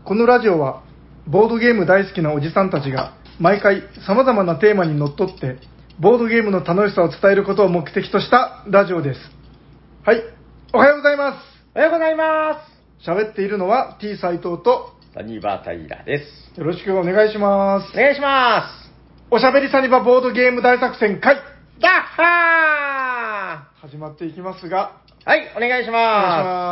このラジオはボードゲーム大好きなおじさんたちが毎回様々なテーマにのっとってボードゲームの楽しさを伝えることを目的としたラジオです。はい、おはようございます。 おはようございます。 喋っているのは T 斎藤とサニバタイラです。 よろしくお願いします。 お願いします。 おしゃべりサニバボードゲーム大作戦会ガッハ始まっていきますが、 ー。はい、お願いしお願いしまます。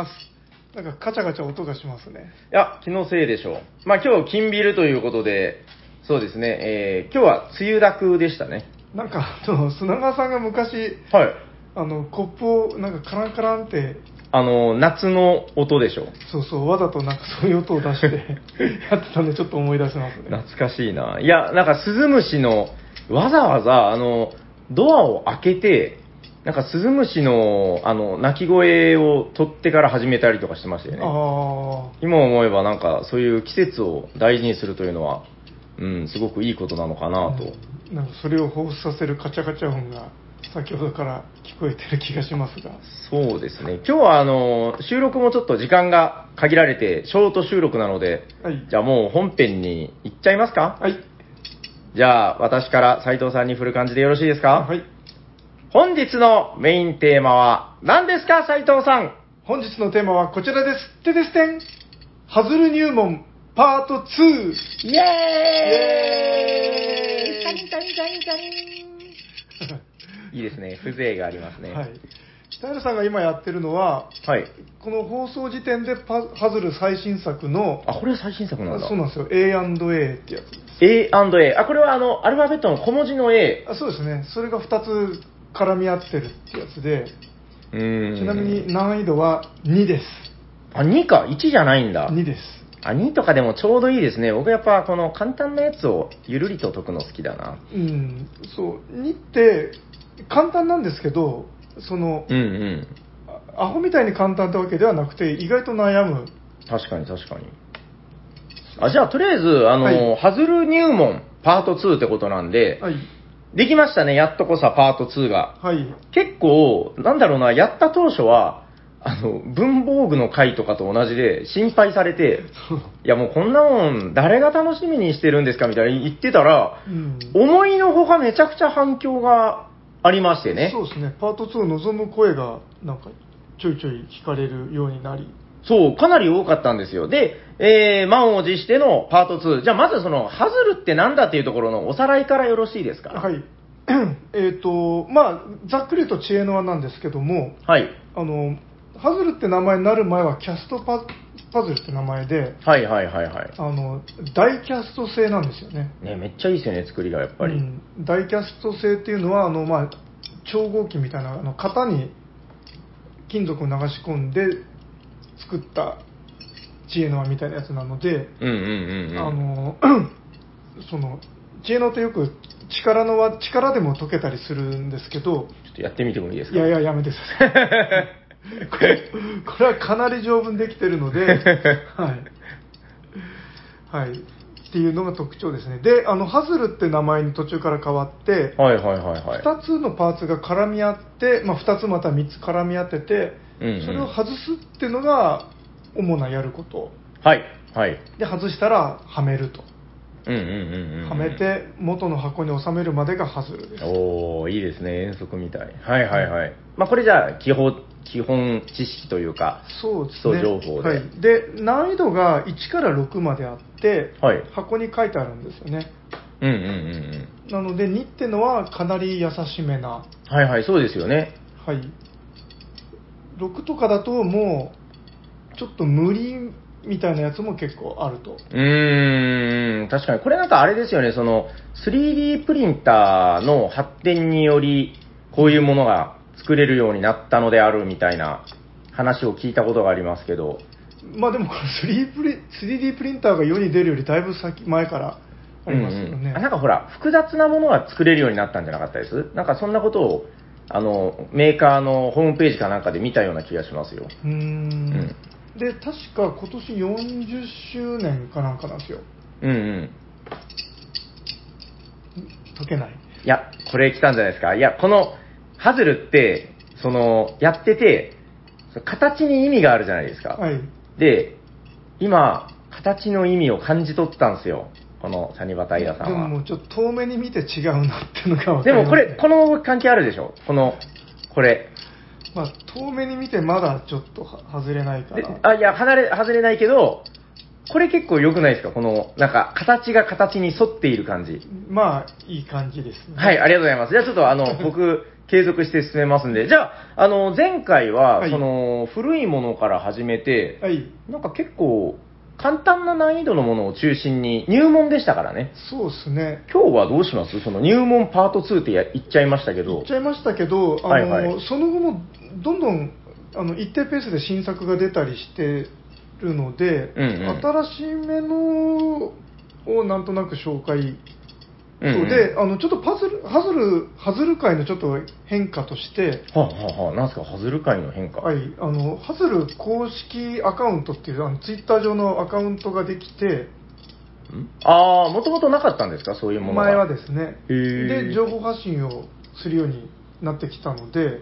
なんかカチャカチャ音がしますね。 す。いや、気のせいでしょう。まあ今日金ビルということで、そうですね、今日は梅雨だくでしたね。 なんか砂川さんが昔はい。 コップをなんかカランカランって夏の音でしょ。 そうわざとなんかそういう音を出してやってたんでちょっと思い出しますね。 懐かしいな。いや、なんかスズムシの、わざわざ、ドアを開けて、なんかスズムシの、鳴き声を取ってから始めたりとかしてましたよね。今思えばなんかそういう季節を大事にするというのは、すごくいいことなのかなと。 なんかそれを放出させるカチャカチャ音が先ほどから聞こえてる気がしますが。 そうですね。今日は収録もちょっと時間が限られて、ショート収録なので、 はい、 じゃあもう本編に行っちゃいますか？ はい。 じゃあ私から斉藤さんに振る感じでよろしいですか？ はい。 本日のメインテーマは何ですか、斉藤さん？ 本日のテーマはこちらです。てですてん。ハズル入門パート2。 イエーイ！カニンカニンカニンカニン。いいですね。風情がありますね。 はい。北原さんが今やってるのは、 はい。 この放送時点でハズル最新作の、 あ、これは最新作なんだ。 そうなんですよ。A&A ってやつです。 A&A。あ、これはアルファベットの小文字の A。 そうですね。それが2つ絡み合ってるってやつで、ちなみに難易度は2です。 あ、2か。1じゃないんだ。 2です。 あ、2とかでもちょうどいいですね。僕やっぱこの簡単なやつをゆるりと解くの好きだな。 そう。2って簡単なんですけど、アホみたいに簡単ってわけではなくて、意外と悩む。 確かに確かに。あ、じゃあとりあえず、 はい、 ハズル入門パート2ってことなんで、 はい、 できましたね、やっとこさパート2が。 はい、 結構、なんだろうな、やった当初は、文房具の回とかと同じで心配されて、いやもうこんなもん誰が楽しみにしてるんですかみたいに言ってたら、思いのほかめちゃくちゃ反響がありましてね。 そうですね、パート2を望む声がなんかちょいちょい聞かれるようになり。 そう、かなり多かったんですよ。で、満を持してのパート2。じゃあまずその、ハズルってなんだっていうところのおさらいからよろしいですか？ はい。まあ、ざっくりと知恵の輪なんですけども、 はい。 ハズルって名前になる前はキャストパズルって名前で、 はいはいはいはい。 大キャスト製なんですよね。 ね、めっちゃいいですよね、作りがやっぱり。 大キャスト製っていうのは、まあ、超合金みたいな、型に金属を流し込んで作った知恵の輪みたいなやつなので、その、知恵の輪ってよく力でも解けたりするんですけど、ちょっとやってみてもいいですか？ いや、やめてください。これはかなり丈夫にできてるので、はい。はい。っていうのが特徴ですね。で、ハズルって名前に途中から変わって、2つのパーツが絡み合って、まあ、2つまた3つ絡み合ってて、それを外すっていうのが主なやること。 はい。はい。 で、外したらはめると。はめて元の箱に収めるまでがハズルです。 おー、いいですね。遠足みたい。はいはいはい。まあこれじゃあ基本知識というか、 そうですね、 基礎情報で。 はい、で、難易度が1から6まであって、 はい、 箱に書いてあるんですよね。なので2ってのはかなり優しめな。 はいはい、そうですよね。 はい。6とかだともうちょっと無理みたいなやつも結構あると。 確かに。これなんかあれですよね、その 3D プリンターの発展により、こういうものが作れるようになったのであるみたいな話を聞いたことがありますけど。 まあでもこの 3D プリンターが世に出るよりだいぶ前からありますよね。 なんかほら、複雑なものが作れるようになったんじゃなかったです？なんかそんなことを、メーカーのホームページかなんかで見たような気がしますよ。 で、確か今年40周年かなんかなんですよ。解けない。 いや、これ来たんじゃないですか。いや、この、ハズルって、やってて、形に意味があるじゃないですか。 はい。 で、今、 形の意味を感じ取ったんですよ。このサニバタイラさんは。 でももうちょっと遠目に見て違うなっていうのが分かります、 でもこれ、この関係あるでしょこれ。 まあ、遠目に見てまだちょっと外れないかな。 いや、外れないけど、これ結構良くないですか？この、なんか、形が形に沿っている感じ。 まあ、いい感じですね。 はい、ありがとうございます。じゃあちょっと僕、継続して進めますんで。じゃあ、前回は、 はい、 古いものから始めて、 はい、 なんか結構、簡単な難易度のものを中心に入門でしたからね。 そうですね。 今日はどうします？その入門パート2って言っちゃいましたけど。 言っちゃいましたけど、 はいはい、 その後もどんどん一定ペースで新作が出たりしてるので、 うんうん、 新しめのをなんとなく紹介。 うんうん、 で、ちょっとハズル界のちょっと変化として、 なんすか、ハズル界の変化。 はい、ハズル公式アカウントっていうツイッター上のアカウントができて、 もともとなかったんですか、そういうものが。 前はですね。で、情報発信をするようになってきたので、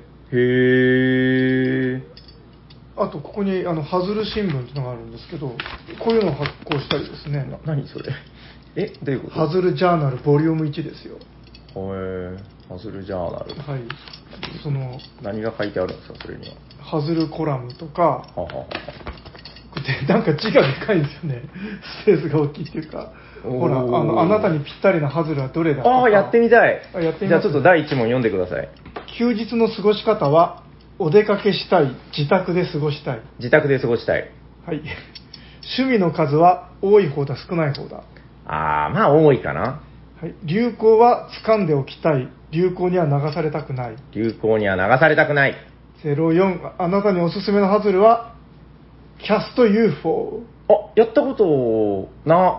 あと、ここにハズル新聞っていうのがあるんですけど、こういうのを発行したりですね。 何それ？どういうこと？ ハズルジャーナルボリューム1ですよ。 ハズルジャーナル。 はい。 何が書いてあるんですか、それには。 ハズルコラムとか、でなんか字がでかいんですよね。スペースが大きいっていうか、ほら、あなたにぴったりなハズルはどれだとか。 やってみたい。 やってみます。 じゃあちょっと第1問読んでください。 休日の過ごし方は、お出かけしたい、自宅で過ごしたい。 自宅で過ごしたい。 はい。趣味の数は多い方だ、少ない方だ。 まあ多いかな。 はい。流行は掴んでおきたい。流行には流されたくない。 流行には流されたくない。 04、あなたにおすすめのハズルは、キャスト UFO。 やったことない。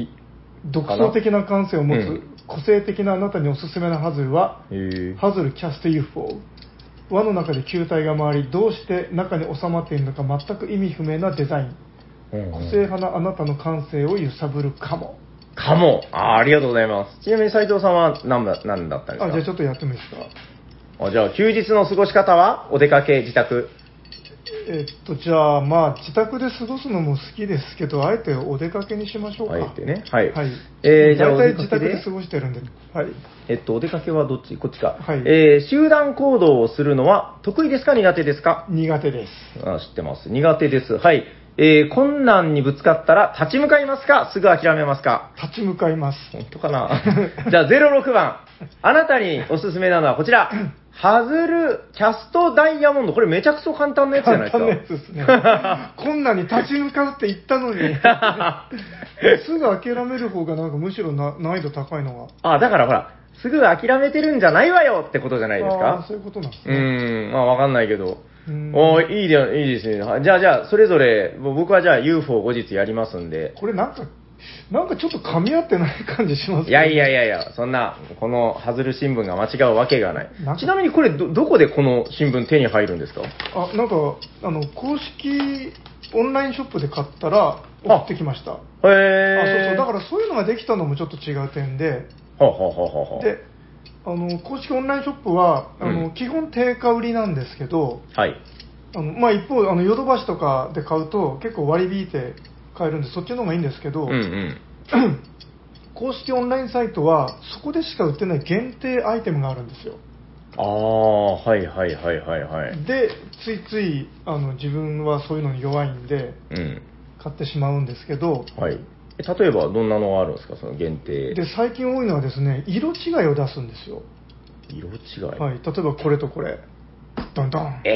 独創的な感性を持つ、個性的なあなたにおすすめのハズルは、ハズルキャスト UFO。輪の中で球体が回り、どうして中に収まっているのか全く意味不明なデザイン。個性派なあなたの感性を揺さぶるかも。 ありがとうございます。ちなみに斉藤さんは何だったんですか？ じゃあちょっとやってもいいですか？じゃあ休日の過ごし方はお出かけ、自宅。 じゃあまあ自宅で過ごすのも好きですけど、あえてお出かけにしましょうか。 あえてね。はい。 はい。 じゃあ大体自宅で過ごしてるんで。はい。 お出かけはどっち？こっちか。 はい。 集団行動をするのは得意ですか、苦手ですか？ 苦手です。 知ってます。苦手です。はい。困難にぶつかったら立ち向かいますか、すぐ諦めますか？ 立ち向かいます。 本当かな。じゃあ06番。あなたにおすすめなのはこちら。ハズルキャストダイヤモンド。これめちゃくそ簡単なやつじゃないですか。 簡単なやつですね。困難に立ち向かうって言ったのに。すぐ諦める方がなんかむしろ難易度高いのが。だからほら、すぐ諦めてるんじゃないわよってことじゃないですか。 そういうことなんですね。 まあわかんないけど。いいですね。じゃあ、それぞれ、僕はじゃあ UFO 後日やりますんで。 これなんかちょっと噛み合ってない感じしますね。 いや、そんな、このハズル新聞が間違うわけがない。ちなみにこれどこでこの新聞手に入るんですか？ なんか、公式オンラインショップで買ったら送ってきました。 へー。 そう。だからそういうのができたのもちょっと違う点で、で、公式オンラインショップは、基本定価売りなんですけど、 はい。 まあ一方、ヨドバシとかで買うと結構割り引いて買えるんで、そっちの方がいいんですけど、公式オンラインサイトはそこでしか売ってない限定アイテムがあるんですよ。 はい。 で、ついつい自分はそういうのに弱いんで、買ってしまうんですけど、 はい。例えばどんなのがあるんですか、その限定で。最近多いのはですね、色違いを出すんですよ。 色違い？ はい。例えばこれとこれ、ドンドン。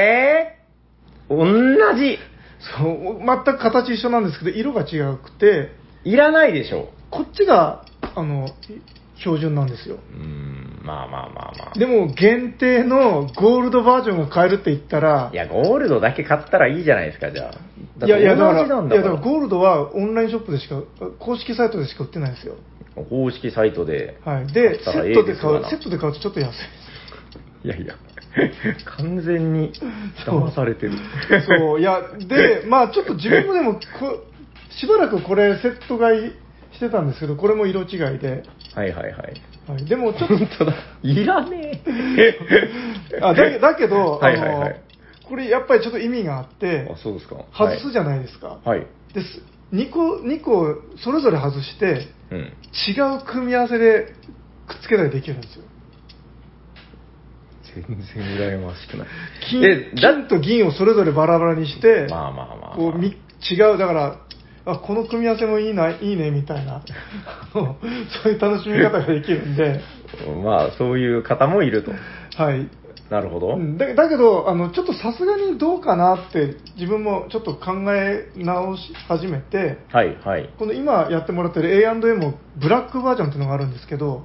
同じ。 そう、全く形一緒なんですけど、色が違くて、 いらないでしょ。 こっちが標準なんですよ。 まあ。 でも限定のゴールドバージョンが買えるって言ったら、 いや、ゴールドだけ買ったらいいじゃないですか、じゃあ。 だからゴールドはオンラインショップでしか、公式サイトでしか売ってないんですよ。 公式サイトで。 はい。で、セットで買うとちょっと安い。 いや、完全に騙されてる。 そう、いや、で、まあちょっと自分もでもしばらくこれセット買いしてたんですけど、これも色違いで。 はい。 でもちょっと。 本当だ。いらねえ。だけど、 はい。 これやっぱりちょっと意味があって、 そうですか。 外すじゃないですか。 はい。 2個それぞれ外して、 うん、 違う組み合わせでくっつけたりできるんですよ。 全然羨ましくない。 金と銀をそれぞれバラバラにして、 まあまあまあ、 こう違う、だから、この組み合わせもいいねみたいなそういう楽しみ方ができるんでまあそういう方もいると。 はい。 なるほど。 だけどちょっとさすがにどうかなって自分もちょっと考え直し始めて、 はいはい。 この今やってもらってる A&M もブラックバージョンっていうのがあるんですけど、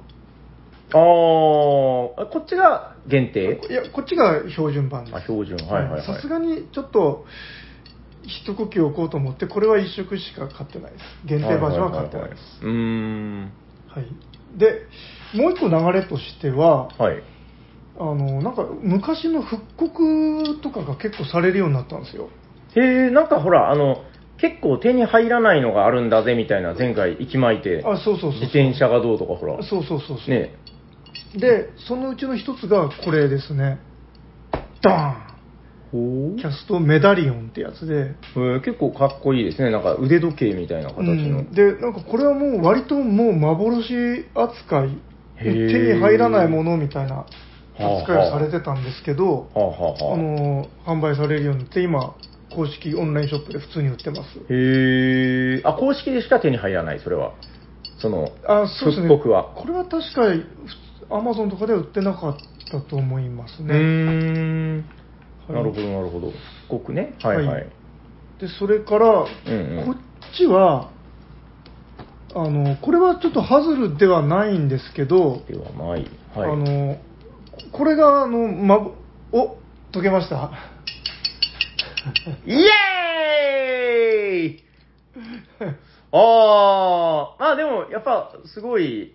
こっちが限定？ いや、こっちが標準版です。 標準、はいはいはい。 さすがにちょっと一呼吸置こうと思って、これは1色しか買ってないです。限定バージョンは買ってないです。はい。で、もう一個流れとしては、 はい。 なんか昔の復刻とかが結構されるようになったんですよ。 へえ、なんかほら、結構手に入らないのがあるんだぜみたいな、前回息巻いて、 そう自転車がどうとかほら。 そう。 ね。 で、そのうちの一つがこれですね。ダーン！キャストメダリオンってやつで、 結構かっこいいですね。なんか腕時計みたいな形の。 で、なんかこれはもう割ともう幻扱い、手に入らないものみたいな扱いをされてたんですけど、販売されるようになって、今、公式オンラインショップで普通に売ってます。 へー。公式でしか手に入らない、それは。 そうですね。 復刻は。 これは確かアマゾンとかでは売ってなかったと思いますね。 なるほど、なるほど。復刻ね。はいはい。 で、それから、こっちは、これはちょっとハズルではないんですけど、 ではない。はい。 これが、解けました。 イエーイまあでも、やっぱ、すごい、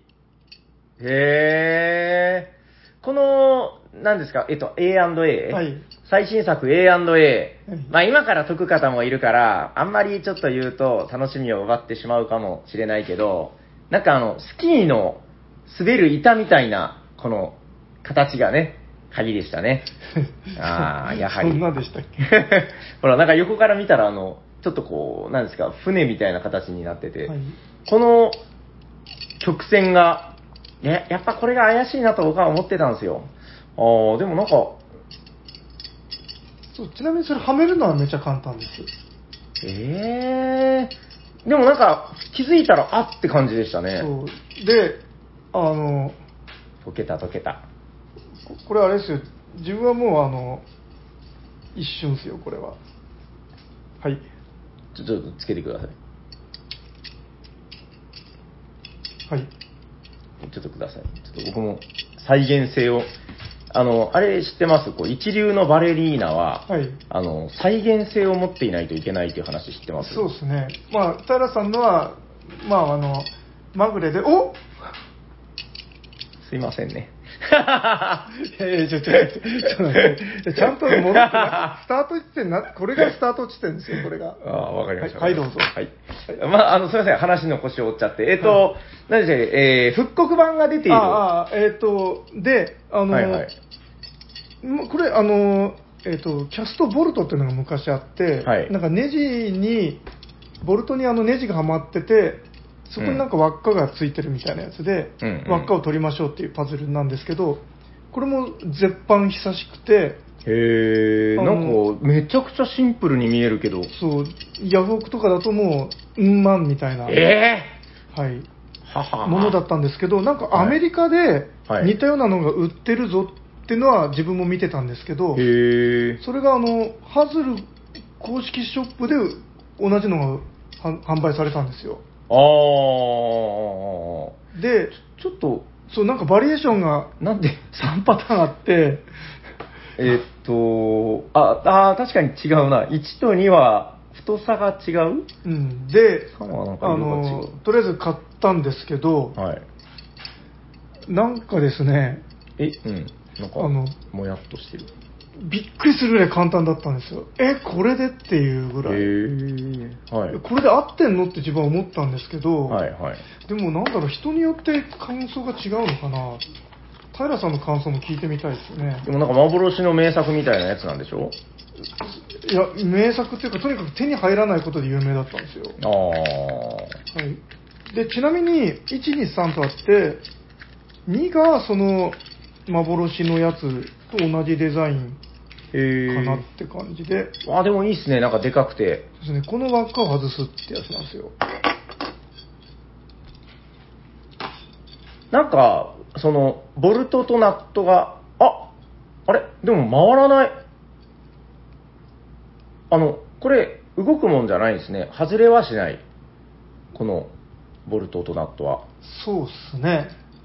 この、何ですか、A&A、 はい、 最新作 A&A、まあ今から解く方もいるから、あんまりちょっと言うと楽しみを奪ってしまうかもしれないけど、なんかスキーの滑る板みたいな、この形がね、鍵でしたね。やはり。 そんなでしたっけほら、なんか横から見たら、ちょっとこう、なんですか、船みたいな形になってて、この曲線が、やっぱこれが怪しいなと僕は思ってたんですよ。でもなんか、 ちなみにそれはめるのはめちゃ簡単です。 でもなんか、気づいたら、あって感じでしたね。 そう。で、 解けた。 これあれですよ。自分はもう一瞬ですよ、これは。はい。 ちょっとつけてください。 はい。 ちょっとください。ちょっと僕も再現性を、あれ知ってます？一流のバレリーナは、再現性を持っていないといけないという話知ってます？ そうですね。まあ、平さんのは、まあ、まぐれで、 すいませんね。 ちゃんと戻って、スタート地点これがスタート地点ですよ、これが。 わかりました。 はい、どうぞ。 はい。まあ、すいません、話の腰を折っちゃって。何でしたっけ、復刻版が出ている。 で、これ、キャストボルトっていうのが昔あって、なんかネジに、ボルトにネジがはまってて、そこになんか輪っかがついてるみたいなやつで、輪っかを取りましょうっていうパズルなんですけど、これも絶版久しくて、 なんかめちゃくちゃシンプルに見えるけど、 そう、ヤフオクとかだともう万みたいな、はい、ものだったんですけど、なんかアメリカで似たようなのが売ってるぞっていうのは自分も見てたんですけど、それがハズル公式ショップで同じのが販売されたんですよ。で、ちょっと、そう、なんかバリエーションが、なんで3パターンあって、 確かに違うな。1と2は太さが違う？ で、とりあえず買ったんですけど、なんかですね、 なんか、もやっとしてる。 びっくりするぐらい簡単だったんですよ。これでっていうぐらい。これで合ってんのって自分は思ったんですけど、でもなんだろう、人によって感想が違うのかな。平さんの感想も聞いてみたいですね。 でもなんか幻の名作みたいなやつなんでしょ？ いや、名作っていうか、とにかく手に入らないことで有名だったんですよ。はい。で、ちなみに、1、2、3とあって、2がその幻のやつと同じデザインかなって感じで。 でもいいっすね、なんかでかくて。 そうですね、この輪っかを外すってやつなんですよ。 なんか、その、ボルトとナットが、あれでも回らない。これ、動くもんじゃないですね。外れはしない。この、ボルトとナットは。 そうっすね。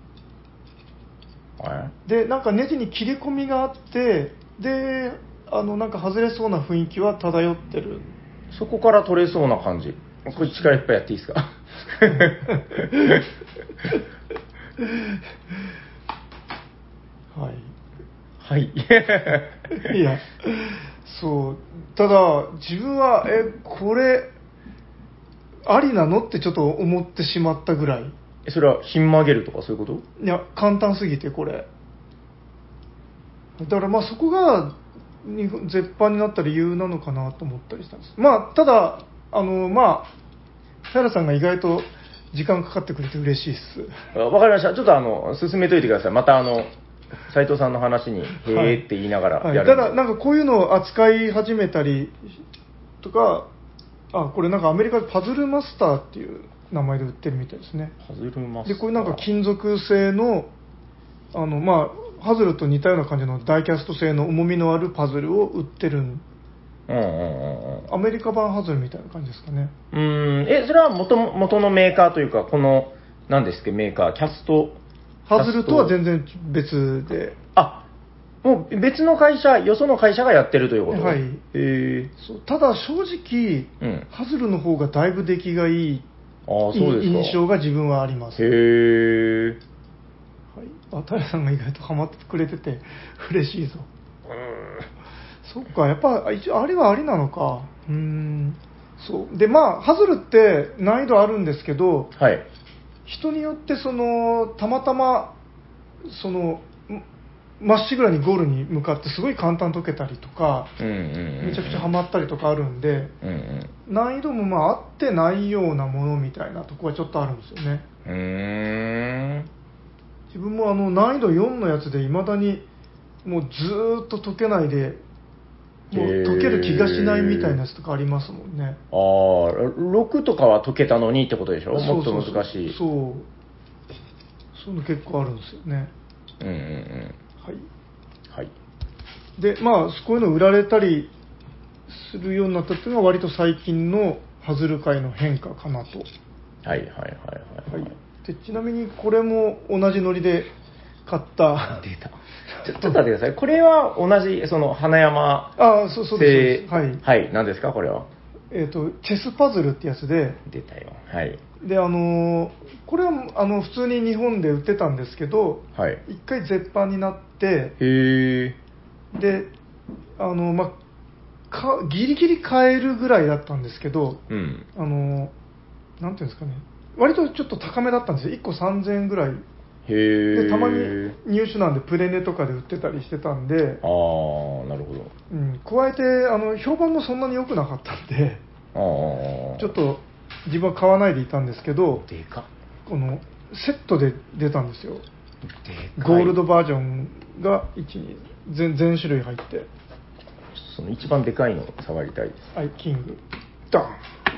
で、なんかネジに切れ込みがあって、で、なんか外れそうな雰囲気は漂ってる。 そこから取れそうな感じ。これ力いっぱいやっていいですか？ はい。 はい。 いや、そう。ただ、自分は、これ、ありなのってちょっと思ってしまったぐらい。 それは、ひん曲げるとかそういうこと？ いや、簡単すぎて、これ。だからまあそこが絶版になった理由なのかなと思ったりしたんです。まあただまあ平さんが意外と時間かかってくれて嬉しいです。 わかりました。ちょっと進めといてください。また斉藤さんの話に、へーって言いながらやる、 ただなんかこういうのを扱い始めたりとか、これなんかアメリカでパズルマスターっていう名前で売ってるみたいですね。 パズルマスター。 で、これなんか金属製の、まあ、パズルと似たような感じのダイキャスト製の重みのあるパズルを売ってるアメリカ版ハズルみたいな感じですかね。 それは元のメーカーというか、何ですっけ、メーカー、キャスト。 ハズルとは全然別で。 もう別の会社、よその会社がやってるということ？ はい。ただ正直、ハズルの方がだいぶ出来がいい印象が自分はあります。平さんが意外とハマってくれてて嬉しいぞ。そっか、やっぱ一応あれはありなのか。そうで、まあハズルって難易度あるんですけど、人によってたまたままっしぐらにゴールに向かってすごい簡単に解けたりとか、めちゃくちゃハマったりとかあるんで、難易度もまあ合ってないようなものみたいなとこはちょっとあるんですよね。自分も難易度4のやつでいまだにもうずーっと解けないで、もう解ける気がしないみたいなやつとかありますもんね。 6とかは解けたのにってことでしょ？もっと難しい。 そういうの結構あるんですよね。はい。で、まあこういうの売られたりするようになったっていうのは割と最近のハズル界の変化かなと。でちなみにこれも同じノリで買った出た。ちょっと待ってください。これは同じ花山そうです。 はい。何ですかこれは？ チェスパズルってやつで。 出たよ。はい。 でこれは普通に日本で売ってたんですけど、一回絶版になって。でまあギリギリ買えるぐらいだったんですけど、なんていうんですかね、割とちょっと高めだったんですよ。1個3000円ぐらいで、たまに入手なんでプレネとかで売ってたりしてたんで、なるほど。加えて評判もそんなに良くなかったんで、ちょっと自分は買わないでいたんですけど、このセットで出たんですよ。ゴールドバージョンが1、2全種類入って、 その一番でかいの触りたいです。 キングダン。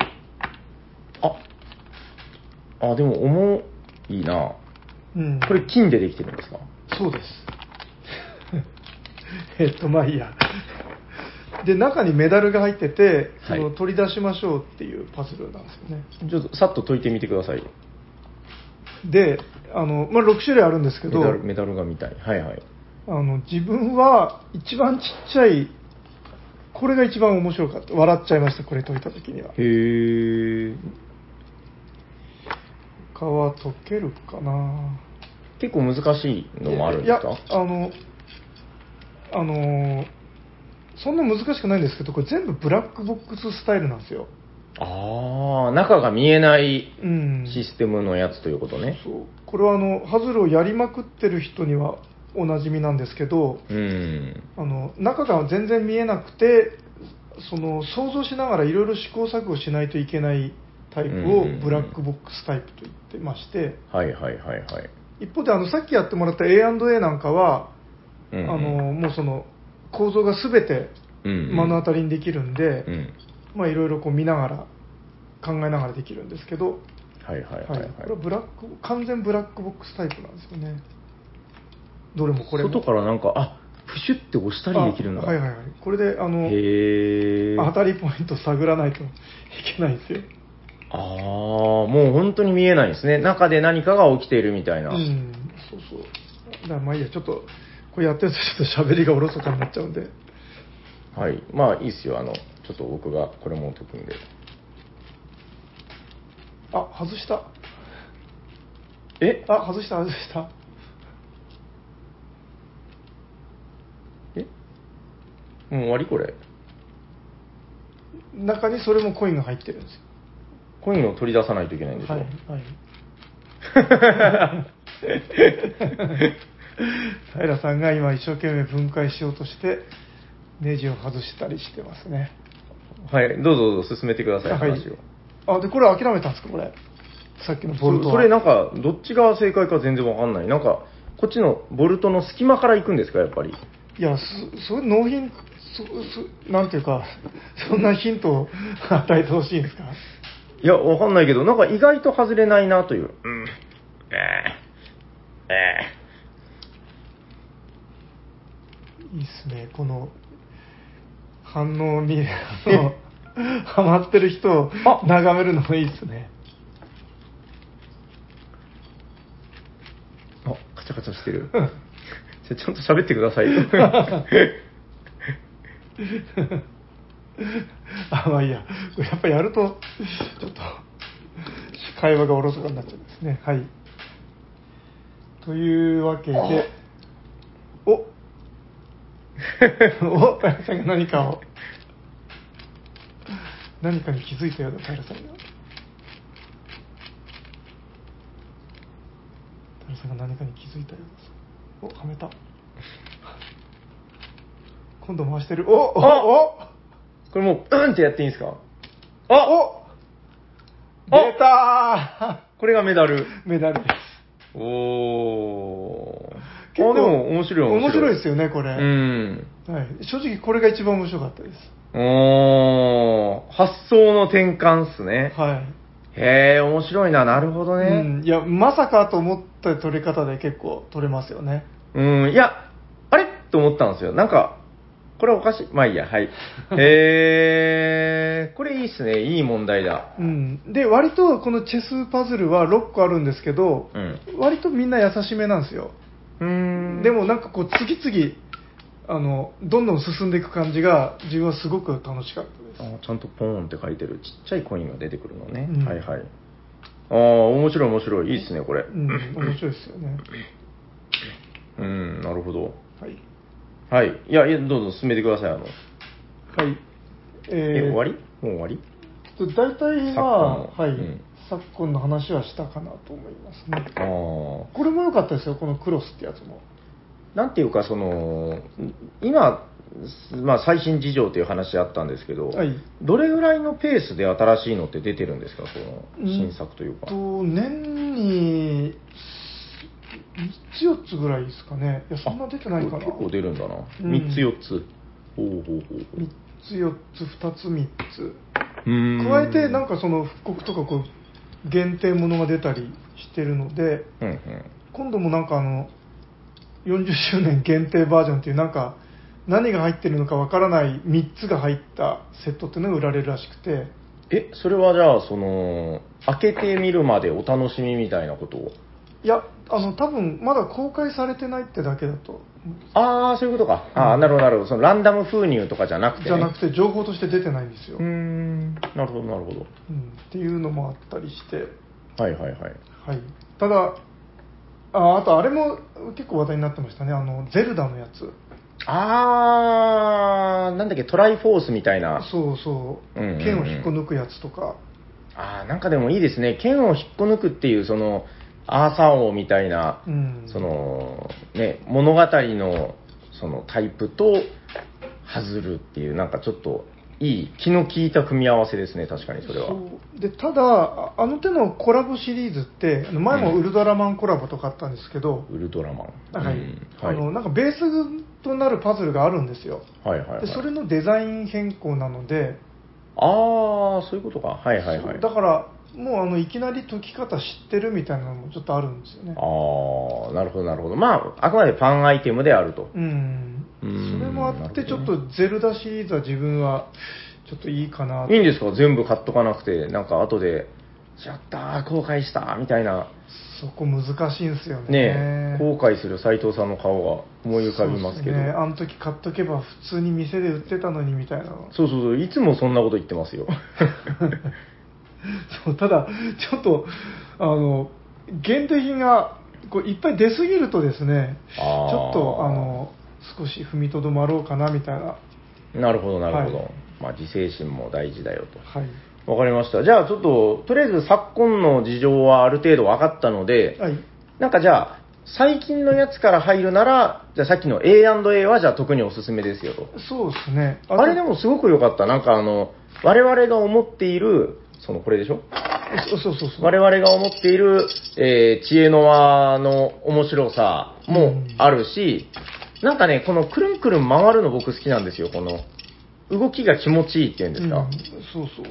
でも重いな。これ金でできてるんですか？ そうです。まあいいや。で、中にメダルが入ってて、取り出しましょうっていうパズルなんですよね。 ちょっとさっと解いてみてください。 で、まあ、6種類あるんですけど、 メダルが見たい。 自分は一番ちっちゃい、これが一番面白かった。笑っちゃいました、これ解いた時には。他は解けるかな。 結構難しいのもあるんですか？ そんな難しくないんですけど、これ全部ブラックボックススタイルなんですよ。 中が見えないシステムのやつということね。 これはハズルをやりまくってる人にはおなじみなんですけど、 うん。 中が全然見えなくて、想像しながらいろいろ試行錯誤しないといけないタイプをブラックボックスタイプと言ってまして、 はいはいはいはい。 一方でさっきやってもらった A&A なんかは、もう構造が全て目の当たりにできるんで、まあいろいろこう見ながら考えながらできるんですけど、 はいはいはい、はい、 これは完全ブラックボックスタイプなんですよね。どれもこれも外からなんかプシュって押したりできるんだ。 はいはいはい。これで当たりポイント探らないといけないんですよ。 もう本当に見えないですね。中で何かが起きているみたいな。 そうそう。だからまあいいや、ちょっとこれやってるとちょっと喋りがおろそかになっちゃうんで。 はい。まあいいっすよ。ちょっと僕がこれも解くんで。 外した。外した。 もう終わりこれ。 中にそれもコインが入ってるんですよ。 コインを取り出さないといけないんでしょ。はい。 平さんが今一生懸命分解しようとしてネジを外したりしてますね。 はい、どうぞ進めてください、話を。 でこれ諦めたんですか、これ。さっきのボルトは。 それなんかどっちが正解か全然わかんない。なんかこっちのボルトの隙間から行くんですか、やっぱり。 いや、それ納品なんていうか、そんなヒントを与えてほしいんですか。 いや、わかんないけど、なんか意外と外れないなという。 いいっすね、この反応にハマってる人を眺めるのもいいっすね。 カチャカチャしてる。ちゃんと喋ってくださいよ。 まあいいや、これやっぱりやるとちょっと会話がおろそかになっちゃうんですね。はい。というわけで、平さんが何かに気づいたようだ、平さんが。平さんが何かに気づいたようです。はめた。今度回してる。 これもう、ってやっていいんですか。 出たー。これがメダル。 メダルです。 でも面白いですよね、これ。はい。正直これが一番面白かったです。 発想の転換っすね。 はい。 へえ、面白いな。なるほどね。 いや、まさかと思った取り方で結構取れますよね。 いや、あれと思ったんですよ。なんか、これおかしい。まあいいや、はい。これいいっすね。いい問題だ。 で、割とこのチェスパズルは6個あるんですけど、割とみんな優しめなんですよ。でもなんかこう、次々、どんどん進んでいく感じが、自分はすごく楽しかったです。 ちゃんとポーンって書いてる。ちっちゃいコインが出てくるのね。はいはい。面白い。いいっすね、これ。 面白いですよね。 なるほど。 はい。 はい。いや、どうぞ進めてください、はい。終わりもう終わり大体は、昨今の話はしたかなと思いますね。これも良かったですよ、このクロスってやつも。 なんていうか、今、最新事情という話あったんですけど、どれぐらいのペースで新しいのって出てるんですか、その新作というか。 年に3つ4つぐらいですかね。いや、そんな出てないかな。 結構出るんだな。3つ4つ。 3つ4つ、2つ3つ。加えて、なんかその復刻とかこう限定ものが出たりしてるので、今度もなんか40周年限定バージョンっていうなんか何が入ってるのかわからない3つが入ったセットっていうのが売られるらしくて。 それはじゃあ開けてみるまでお楽しみみたいなことを。 いや、多分まだ公開されてないってだけだと。 そういうことか。なるほど。そのランダム封入とかじゃなくて、ね。 じゃなくて、情報として出てないんですよ。 なるほど。 っていうのもあったりして。 はい。 ただ、あとあれも結構話題になってましたね。ゼルダのやつ。 なんだっけ、トライフォースみたいな。 そう。剣を引っこ抜くやつとか。 なんかでもいいですね。剣を引っこ抜くっていう、 アーサー王みたいな、 うんその、ね、物語の、そのタイプと、ハズルっていう、なんかちょっと、いい、気の利いた組み合わせですね、確かにそれは。 そうで、ただ、あの手のコラボシリーズって、前もウルトラマンコラボとかあったんですけど、 ウルトラマン。 はい。 はい、 なんかベースとなるパズルがあるんですよ。 はいはい、はい。 でそれのデザイン変更なので、 ああ、そういうことか。はいはいはい。 だから、もういきなり解き方知ってるみたいなのもちょっとあるんですよね。 ああ、なるほどなるほど。まあ、あくまでファンアイテムであると。 それもあって、ちょっとゼルダシリーズは自分はちょっといいかな。 いいんですか？全部買っとかなくて、なんか後で、やったー、後悔したー、みたいな。 そこ難しいんですよね。 ねえ、後悔する斉藤さんの顔が思い浮かびますけど。 ね、あの時買っとけば普通に店で売ってたのにみたいな。 そうそうそう、いつもそんなこと言ってますよ。 そう、ただ、ちょっと、限定品がこういっぱい出すぎるとですね、ちょっと、少し踏みとどまろうかなみたいな。 なるほど、なるほど。 はい、 まあ、自制心も大事だよと。 はい。 わかりました。じゃあ、ちょっと、とりあえず昨今の事情はある程度分かったので、 はい。 なんかじゃあ、最近のやつから入るなら、じゃあさっきの A&A はじゃあ特におすすめですよと。 そうですね。 あれでもすごく良かった。なんか我々が思っている、これでしょ？ そう我々が思っている、知恵の輪の面白さもあるし、なんかね、このくるんくるん回るの僕好きなんですよ。この、動きが気持ちいいっていうんですか。 そうそう。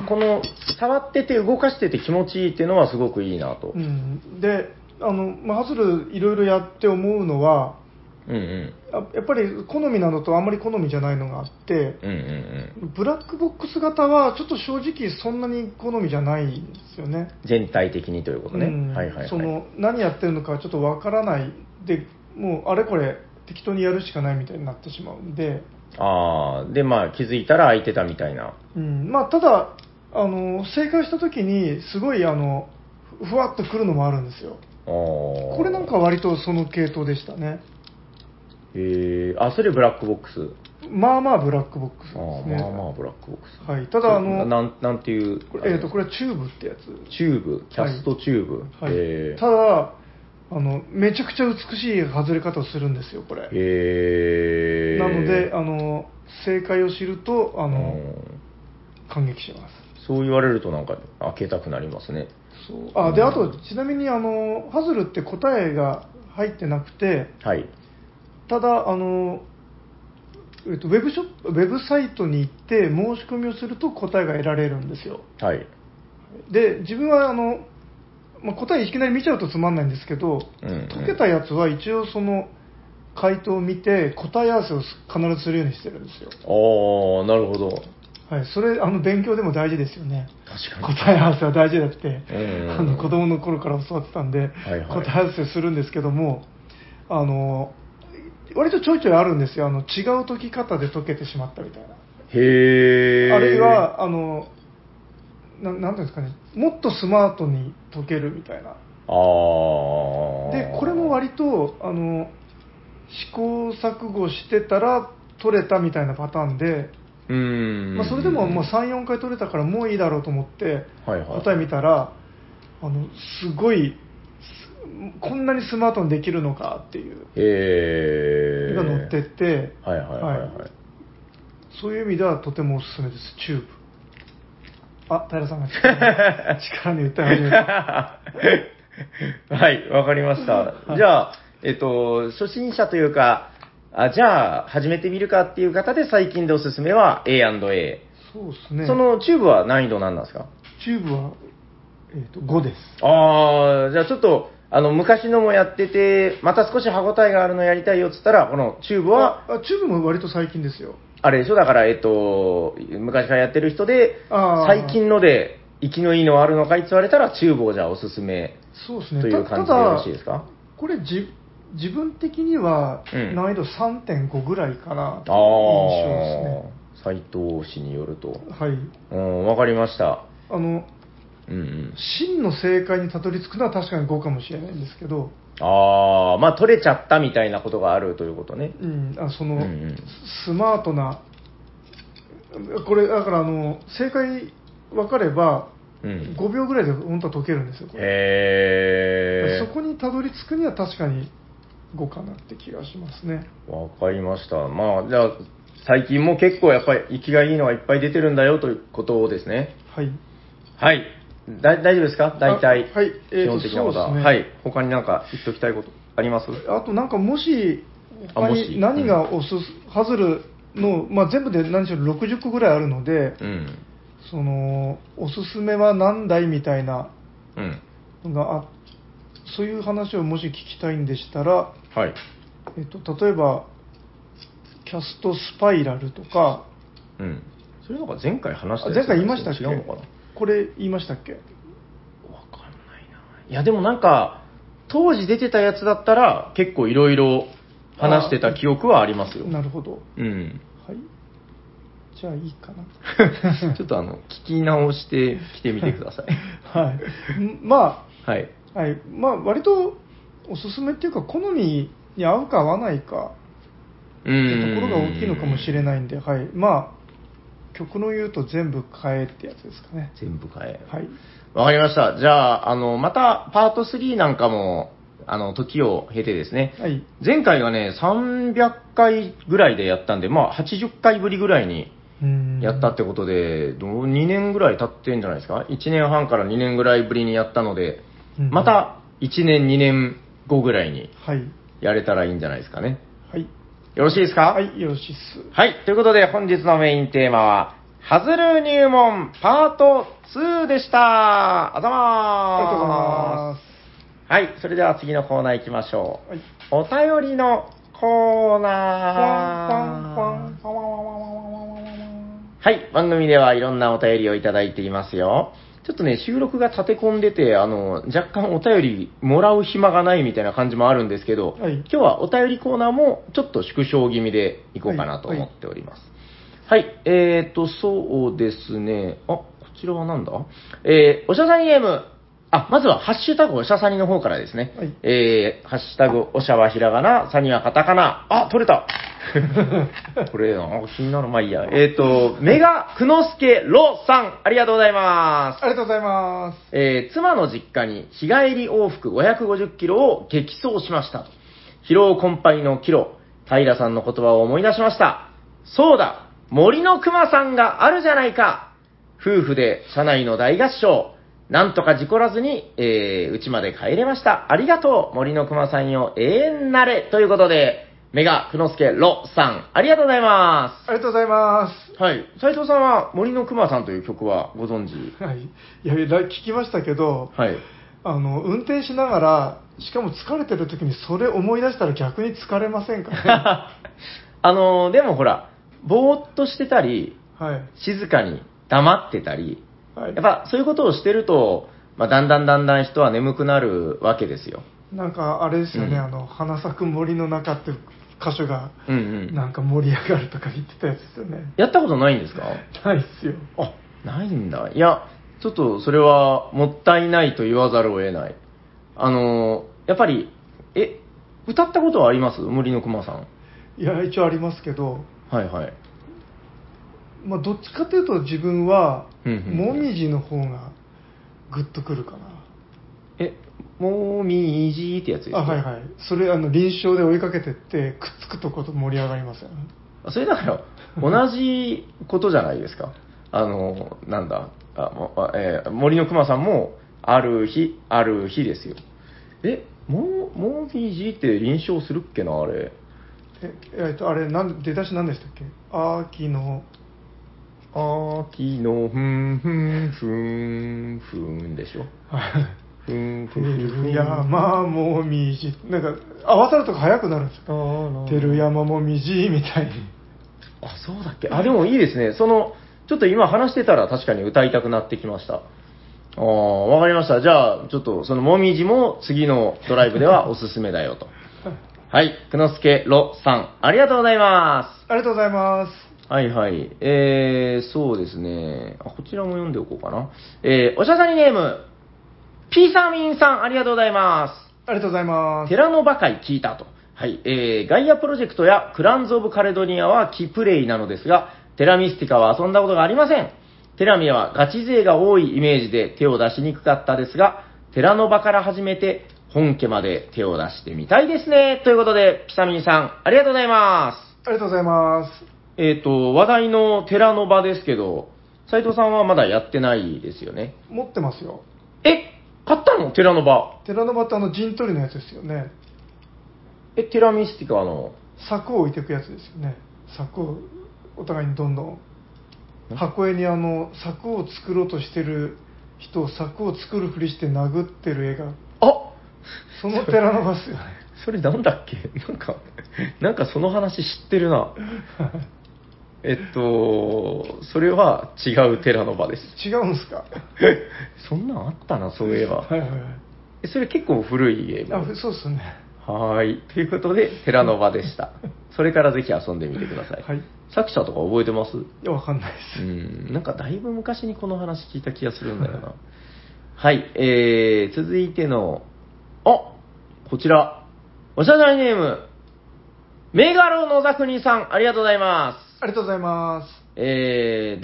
この、触ってて動かしてて気持ちいいっていうのはすごくいいなと。 で、ハズルいろいろやって思うのは、やっぱり好みなのとあんまり好みじゃないのがあって、ブラックボックス型はちょっと正直そんなに好みじゃないんですよね。 全体的にということね。 何やってるのかちょっとわからないで、もうあれこれ適当にやるしかないみたいになってしまうんで。 で、まあ気づいたら空いてたみたいな。 まあただ、正解した時にすごいふわっとくるのもあるんですよ。これなんか割とその系統でしたね。 それブラックボックス。 まあまあブラックボックスですね。 まあまあブラックボックス。 はい。ただなんていう。 これはチューブってやつ。 チューブ、キャストチューブ。 はい。ただ、めちゃくちゃ美しい外れ方をするんですよ、これ。なので、正解を知ると、感激します。 そう言われるとなんか開けたくなりますね。 で、あと、ちなみに、ハズルって答えが入ってなくて、 はい。 ただ、ウェブサイトに行って申し込みをすると答えが得られるんですよ。 はい。 で、自分は答えいきなり見ちゃうとつまんないんですけど、解けたやつは一応その回答を見て答え合わせを必ずするようにしてるんですよ。 なるほど。 はい、それ勉強でも大事ですよね。 確かに。 答え合わせは大事だって、子供の頃から教わってたんで、答え合わせするんですけども、割とちょいちょいあるんですよ。違う解き方で解けてしまったみたいな。あるいはなんていうんですかね、もっとスマートに解けるみたいな。で、これも割と試行錯誤してたら取れたみたいなパターンで、それでも3、4回取れたからもういいだろうと思って答え見たら、すごいこんなにスマートにできるのかっていうが載ってて、そういう意味ではとてもおすすめです。チューブ。平さんが力に訴え始めた。 はい、わかりました。じゃあ、初心者というか、じゃあ、始めてみるかっていう方で最近でおすすめは A&A。 そうですね。 そのチューブは難易度何なんですか？ チューブは、5です。 じゃあちょっと、昔のもやってて、また少し歯応えがあるのやりたいよって言ったら、このチューブは、 チューブも割と最近ですよ。 あれでしょ、だから、昔からやってる人で、最近ので、生きのいいのあるのかいって言われたら、チューブをじゃあおすすめ。 そうですね。 という感じでよろしいですか？ これ自分的には難易度 3.5 ぐらいかなという印象ですね。 斉藤氏によると。 はい。 わかりました。 真の正解にたどり着くのは確かに5かもしれないんですけど。 まあ取れちゃったみたいなことがあるということね。 スマートな、これだから正解分かれば 5秒ぐらいで本当は解けるんですよ、これ。 そこにたどり着くには確かに5かなって気がしますね。 わかりました。まあ、じゃあ、最近も結構やっぱり生きがいいのはいっぱい出てるんだよということですね。 はい。 はい。大丈夫ですか大体。 はい。 基本的なことは。 そうですね。 はい。他になんか言っておきたいことあります？ あとなんかもし、他に何がハズルの、まあ、全部で何しろ60個ぐらいあるので、おすすめは何台みたいなのがそういう話をもし聞きたいんでしたら、 はい。 例えば、キャストスパイラルとか、 そういうのが前回話したやつ前回言いましたっけ？ 違うのかな？ これ言いましたっけ？ わかんないな。いや、でもなんか、当時出てたやつだったら、結構いろいろ話してた記憶はありますよ。 なるほど。 はい。 じゃあいいかな。 ちょっと聞き直してきてみてください。 はい。まあ、 はい。 はい。まあ、割とおすすめっていうか、好みに合うか合わないか、っていうところが大きいのかもしれないんで、はい。まあ、極論言うと全部買えってやつですかね。 全部買え。 はい。 わかりました。じゃあ、またパート3なんかも、時を経てですね、 はい、 前回がね、300回ぐらいでやったんで、まあ、80回ぶりぐらいにやったってことで、2年ぐらい経ってんじゃないですか？ 1 年半から2年ぐらいぶりにやったので、また1年、2年後ぐらいにやれたらいいんじゃないですかね。 はい。 よろしいですか？ はい、よろしいっす。 はい、ということで本日のメインテーマは、ハズル入門パート2でした。ありがとうございます。はい、それでは次のコーナー行きましょう。はい、お便りのコーナー。はい、番組ではいろんなお便りをいただいていますよ。ちょっとね、収録が立て込んでて、若干お便りもらう暇がないみたいな感じもあるんですけど、今日はお便りコーナーもちょっと縮小気味でいこうかなと思っております。はい、そうですね。こちらはなんだ？おしゃさにゲーム。まずは、ハッシュタグおしゃさにの方からですね。ハッシュタグおしゃはひらがな、さにはカタカナ。取れたこれ、気になる。まあいいや。メガクノスケロさん、ありがとうございます。 ありがとうございます。 妻の実家に日帰り往復550キロを激走しました。疲労困憊のキロ、平さんの言葉を思い出しました。そうだ、森の熊さんがあるじゃないか。夫婦で車内の大合唱。なんとか事故らずに、家まで帰れました。ありがとう、森の熊さんよ、永遠なれ。ということで、メガクノスケロさん、ありがとうございます。 ありがとうございます。 はい。斉藤さんは森の熊さんという曲はご存知？ はい。いや、聞きましたけど、 はい。 運転しながら、しかも疲れてる時にそれ思い出したら逆に疲れませんかね。 でもほら、ぼーっとしてたり、 はい、 静かに黙ってたり、 はい、 やっぱそういうことをしてると、だんだん人は眠くなるわけですよ。 なんかあれですよね、花咲く森の中って箇所が、なんか盛り上がるとか言ってたやつですよね。 やったことないんですか？ ないっすよ。 ないんだ。いや、ちょっとそれはもったいないと言わざるを得ない。やっぱり、歌ったことはあります？森の熊さん。 いや、一応ありますけど、 はいはい。 まあ、どっちかというと自分は、もみじの方がグッとくるかな。 もみじってやつですか？ はいはい。それ、臨床で追いかけてって、くっつくとこと盛り上がりますよね。 それだから、同じことじゃないですか。なんだ、森の熊さんも、ある日ですよ。もみじって臨床するっけな、あれ。 あれ、出だし何でしたっけ？秋の、 ふんでしょ。 山もみじ。なんか、合わさると早くなるんですよ。てる山もみじみたいに。 そうだっけ。でもいいですね。ちょっと今話してたら確かに歌いたくなってきました。わかりました。じゃあ、ちょっとそのもみじも次のドライブではおすすめだよと。はい。くのすけろさん、ありがとうございます。 ありがとうございます。 はいはい。そうですね。こちらも読んでおこうかな。おしゃさにネーム、ピーサーミンさん、ありがとうございます。 ありがとうございます。 寺のバカイ聞いたと。はい。ガイアプロジェクトやクランズ・オブ・カレドニアはキプレイなのですが、テラミスティカは遊んだことがありません。 テラミはガチ勢が多いイメージで手を出しにくかったですが、テラノバから始めて本家まで手を出してみたいですね。ということで、ピサミンさん、ありがとうございます。 ありがとうございます。 話題のテラノバですけど、斉藤さんはまだやってないですよね。 持ってますよ。 買ったのテラノバ。 テラノバって陣取りのやつですよね。 テラミスティカの柵を置いていくやつですよね。柵をお互いにどんどん箱絵に柵を作ろうとしてる人を柵を作るふりして殴ってる絵が、そのテラノバっすよね。 それなんだっけなんかその話知ってるな。それは違うテラノバです。 違うんすか？ そんなんあったな、そういえば。 はいはいはい。 それ結構古いゲーム。 そうっすね。 はい。ということで、テラノバでした。それからぜひ遊んでみてください。 はい。 作者とか覚えてます？ いや、わかんないです。 なんかだいぶ昔にこの話聞いた気がするんだよな。はい。続いての、こちら。おしゃべりネーム、メガロ野沢国さん、ありがとうございます。 ありがとうございます。 第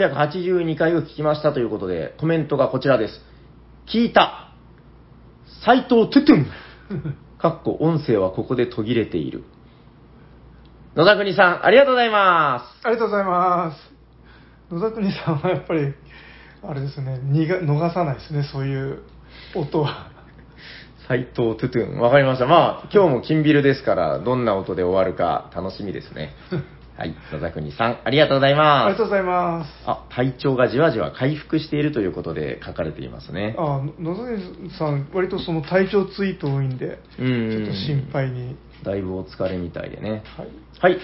382回を聞きましたということで、コメントがこちらです。聞いた。斉藤トゥトゥン。音声はここで途切れている。野沢国さん、ありがとうございます。 ありがとうございます。野沢国さんはやっぱり、あれですね、逃さないですね、そういう音は。 斉藤トゥトゥン、わかりました。まあ、今日も金ビルですから、どんな音で終わるか楽しみですね。はい、野沢国さん、ありがとうございます。 ありがとうございます。 体調がじわじわ回復しているということで書かれていますね。 野沢国さん、割とその体調ツイート多いんで、ちょっと心配に。 だいぶお疲れみたいでね。 はい。 はい、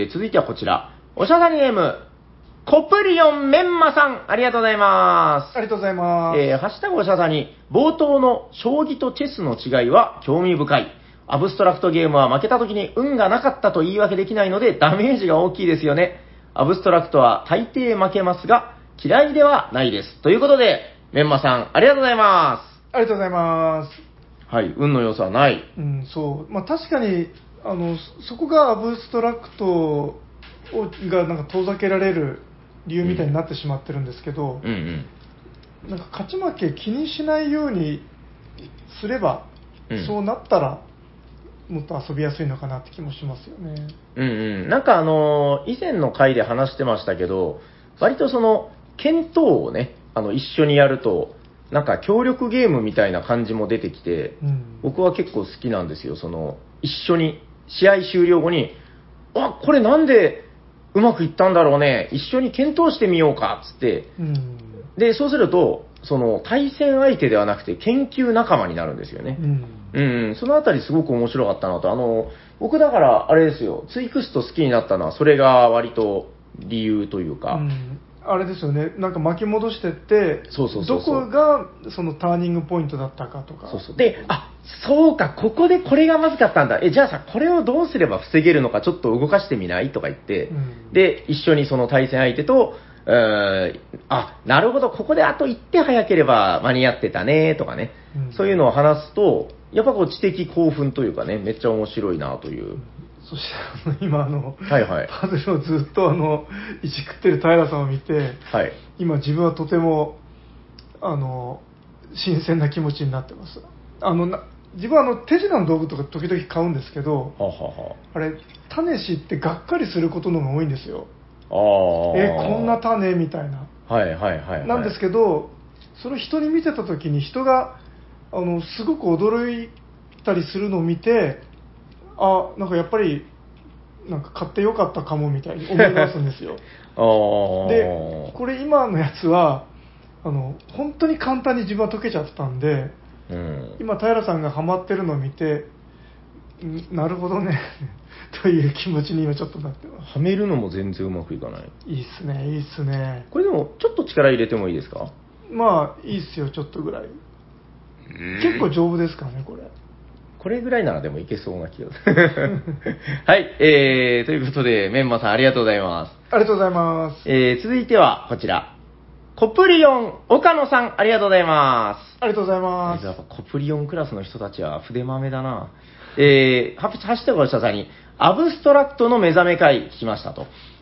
続いてはこちら。おしゃがりネーム、コプリオンメンマさん、ありがとうございます。 ありがとうございます。 ハッシュタグおしゃさに、冒頭の将棋とチェスの違いは興味深い。アブストラクトゲームは負けた時に運がなかったと言い訳できないのでダメージが大きいですよね。アブストラクトは大抵負けますが、嫌いではないです。ということで、メンマさん、ありがとうございます。 ありがとうございます。 はい、運の良さはない。 そう。まあ確かに、そこがアブストラクトがなんか遠ざけられる理由みたいになってしまってるんですけど、なんか勝ち負け気にしないようにすれば、そうなったらもっと遊びやすいのかなって気もしますよね。 なんか以前の回で話してましたけど、割とその検討をね、一緒にやるとなんか協力ゲームみたいな感じも出てきて、僕は結構好きなんですよ。その一緒に試合終了後に、これなんでうまくいったんだろうね、一緒に検討してみようかっつって、でそうするとその対戦相手ではなくて研究仲間になるんですよね。そのあたりすごく面白かったなと。僕だからあれですよ、ツイクスト好きになったのはそれが割と理由というか。 あれですよね、なんか巻き戻してって、どこがそのターニングポイントだったかとか。 で、そうか、ここでこれがまずかったんだ。じゃあさ、これをどうすれば防げるのかちょっと動かしてみないとか言って、で、一緒にその対戦相手と、なるほど、ここであと1手早ければ間に合ってたねとかね、そういうのを話すと、やっぱこう知的興奮というかね、めっちゃ面白いなという。 そして今パズルをずっといじくってる平さんを見て、今自分はとても新鮮な気持ちになってます。自分は手品の道具とか時々買うんですけど、あれ種知ってがっかりすることの方が多いんですよ。こんな種みたいな。なんですけど、それを人に見てた時に人がすごく驚いたりするのを見て、なんかやっぱりなんか買ってよかったかもみたいに思い出すんですよ。で、これ今のやつは本当に簡単に自分は解けちゃってたんで、今平さんがハマってるのを見て、なるほどねという気持ちに今ちょっとなってます。 はめるのも全然うまくいかない。 いいっすね、いいっすね。 これでもちょっと力入れてもいいですか？ まあいいっすよ、ちょっとぐらい。結構丈夫ですからね、これ。 これぐらいならでもいけそうな気がする。はい、ということで、メンマさんありがとうございます。 ありがとうございます。 続いてはこちら。コプリオン、岡野さん、ありがとうございます。 ありがとうございます。 やっぱコプリオンクラスの人たちは筆豆だな。ハッシュタグをした際に、アブストラクトの目覚め会聞きましたと。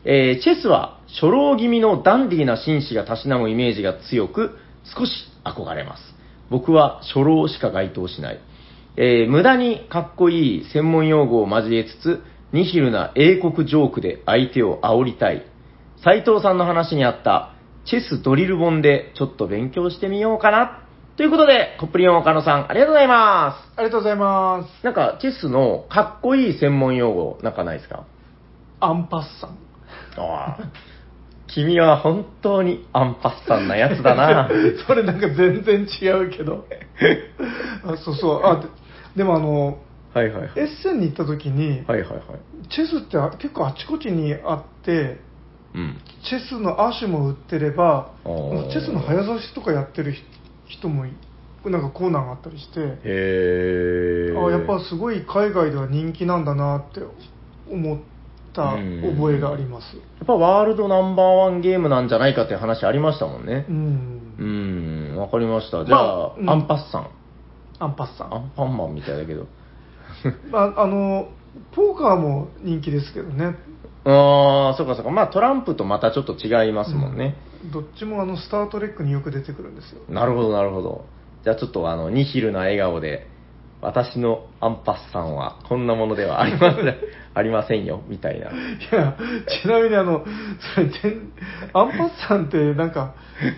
チェスは初老気味のダンディーな紳士がたしなむイメージが強く、少し憧れます。僕は初老しか該当しない。無駄にかっこいい専門用語を交えつつ、ニヒルな英国ジョークで相手を煽りたい。斉藤さんの話にあったチェスドリル本でちょっと勉強してみようかな。ということで、コップリオン岡野さん、ありがとうございます。 ありがとうございます。 なんか、チェスのかっこいい専門用語、なんかないですか？ アンパッサン。 ああ。君は本当にアンパッサンなやつだな。 それなんか全然違うけど。そうそう。でもはいはいはい、 エッセンに行った時に、 はいはいはい、 チェスって結構あちこちにあって、 うん、 チェスの亜種も売ってれば、チェスの早指しとかやってる人もなんかコーナーがあったりして、 へー、 やっぱすごい海外では人気なんだなって思った覚えがあります。 やっぱワールドナンバーワンゲームなんじゃないかっていう話ありましたもんね。わかりました。じゃあ、アンパッサン。 アンパッサン。 アンパンマンみたいだけど。 ポーカーも人気ですけどね。 そうかそうか。まあトランプとまたちょっと違いますもんね。 どっちもスタートレックによく出てくるんですよ。 なるほどなるほど。じゃあちょっとニヒルな笑顔で、私のアンパッサンはこんなものではありませんありませんよみたいな。いや、ちなみにそれアンパッサンってなんか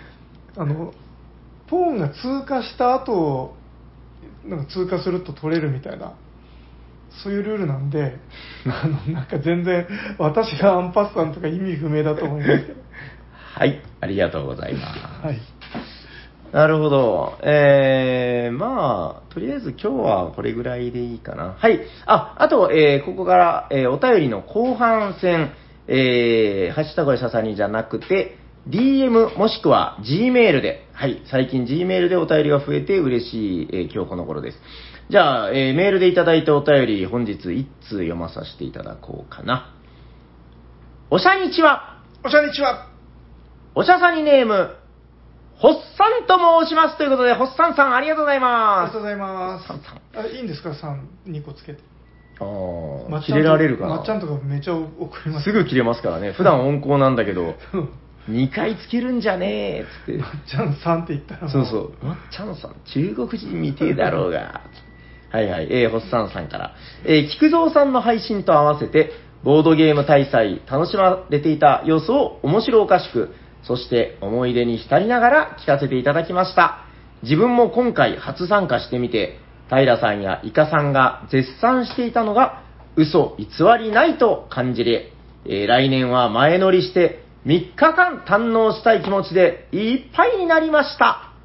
ポーンが通過した後なんか通過すると取れるみたいな、そういうルールなんで、なんか全然私がアンパッサンとか意味不明だと思いますけど。 はい、ありがとうございます。 はい。 なるほど。まあ、とりあえず今日はこれぐらいでいいかな。はい。あと、ここから、お便りの後半戦、ハッシュタグやシャサニじゃなくて、DM もしくは Gmail で、はい、最近 Gmail でお便りが増えて嬉しい、今日この頃です。じゃあ、メールでいただいたお便り、本日1通読まさせていただこうかな。おしゃにちは。 おしゃにちは。 おしゃさにネーム、ホッサンと申しますということで、ホッサンさんありがとうございます。 ありがとうございます。いいんですか、2個つけて。 切れられるかな。 まっちゃんとかめちゃ怒ります。 すぐ切れますからね。普段温厚なんだけど、2回つけるんじゃねえっつって。 まっちゃんさんって言ったらそうそう。まっちゃんさん、中国人みてえだろうが。はいはい。ホッサンさんから。菊蔵さんの配信と合わせて、ボードゲーム大祭楽しまれていた様子を面白おかしく、そして思い出に浸りながら聞かせていただきました。自分も今回初参加してみて、平さんやイカさんが絶賛していたのが、嘘偽りないと感じれ、来年は前乗りして3日間堪能したい気持ちでいっぱいになりました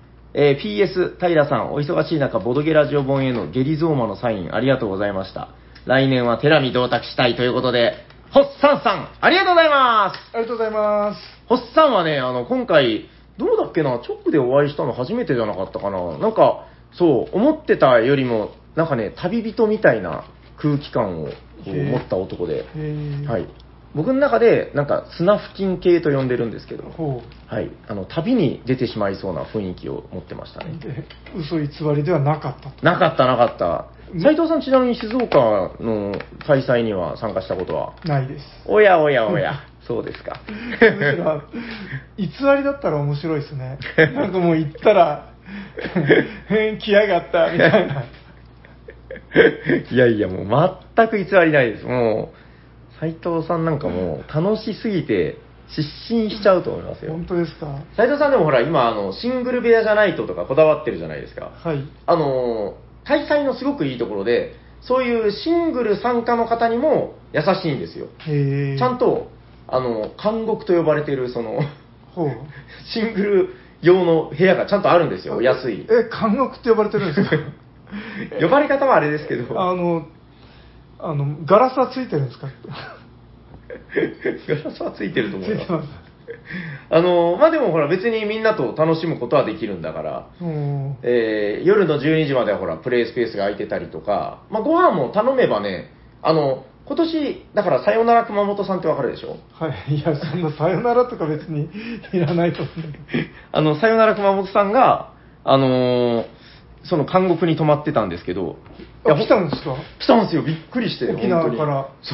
。PS、平さん、お忙しい中、ボドゲラジオ本へのゲリゾーマのサインありがとうございました。来年はテラミ同卓したいということで、ホッサンさん、ありがとうございます。 ありがとうございます。 ホッサンはね、今回、どうだっけな、直でお会いしたの初めてじゃなかったかな。なんか、そう、思ってたよりも、なんかね、旅人みたいな空気感を持った男で、はい。僕の中で、なんか、砂付近系と呼んでるんですけど、はい。旅に出てしまいそうな雰囲気を持ってましたね。 嘘偽りではなかった。 なかった、なかった。斉藤さん、ちなみに静岡の開催には参加したことはないです。 おやおやおや、そうですか。 むしろ、偽りだったら面白いですね。なんかもう行ったら、来やがったみたいな。 いやいや、もう全く偽りないです。もう、斉藤さんなんかもう楽しすぎて失神しちゃうと思いますよ。 本当ですか。 斉藤さんでもほら、今、シングル部屋じゃないととかこだわってるじゃないですか。 はい。 開催のすごくいいところで、そういうシングル参加の方にも優しいんですよ。 へちゃんと、監獄と呼ばれている、 ほうシングル用の部屋がちゃんとあるんですよ、安い。 監獄って呼ばれてるんですか。 呼ばれ方はあれですけど。 ガラスはついてるんですか。 ガラスはついてると思います。まあでもほら別にみんなと楽しむことはできるんだから、夜の12時まではほらプレイスペースが空いてたりとか、まあご飯も頼めばね、今年、だからさよなら熊本さんってわかるでしょ。 はい、いや、そんなさよならとか別にいらないと思うんだけど。さよなら熊本さんが、その監獄に泊まってたんですけど、 来たんですか？ 来たんですよ、びっくりして。 沖縄から。 そう。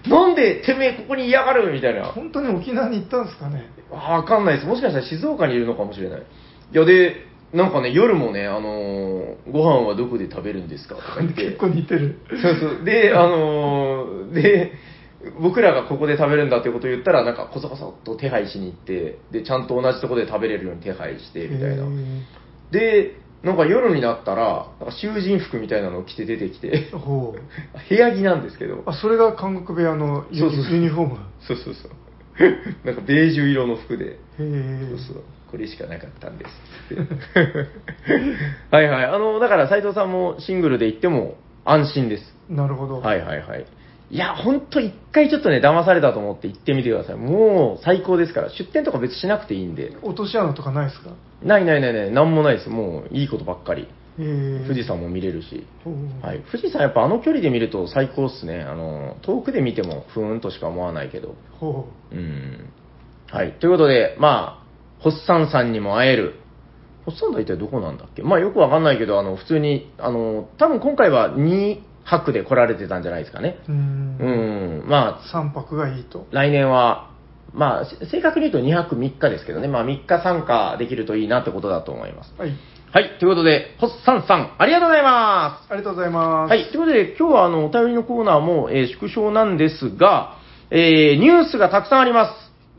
なんでてめえここに嫌がるみたいな。 本当に沖縄に行ったんですかね？ わかんないです。もしかしたら静岡にいるのかもしれない。いや、で、なんかね、夜もね、ご飯はどこで食べるんですかとか言って。 結構似てる。 そうそう。で、で、僕らがここで食べるんだってことを言ったら、なんかこそこそっと手配しに行って、で、ちゃんと同じところで食べれるように手配して、みたいな。で、なんか夜になったら、なんか囚人服みたいなのを着て出てきて、部屋着なんですけど。 あ、それが韓国部屋のユニフォーム。 そうそうそう。なんかベージュ色の服で、そうそう、これしかなかったんですってはいはい。だから斉藤さんもシングルで行っても安心です。 なるほど。 はいはいはい。いや、ほんと一回ちょっとね、騙されたと思って行ってみてください。もう最高ですから。出店とか別しなくていいんで。 落とし穴とかないですか？ ないないないない、なんもないです。もういいことばっかり。富士山も見れるし。はい。富士山やっぱあの距離で見ると最高っすね。遠くで見てもふーんとしか思わないけど。はい。ということで、まあ、ホッサンさんにも会える。ホッサン大体どこなんだっけ？まあよくわかんないけど、普通に、多分今回は2泊で来られてたんじゃないですかね。まあ、 3泊がいいと。 来年は、まあ、正確に言うと2泊3日ですけどね。まあ3日参加できるといいなってことだと思います。 はい。 はい。ということで、ホッサンさん、ありがとうございます。 ありがとうございます。 はい。ということで、今日はお便りのコーナーも、縮小なんですが、ニュースがたくさんあります。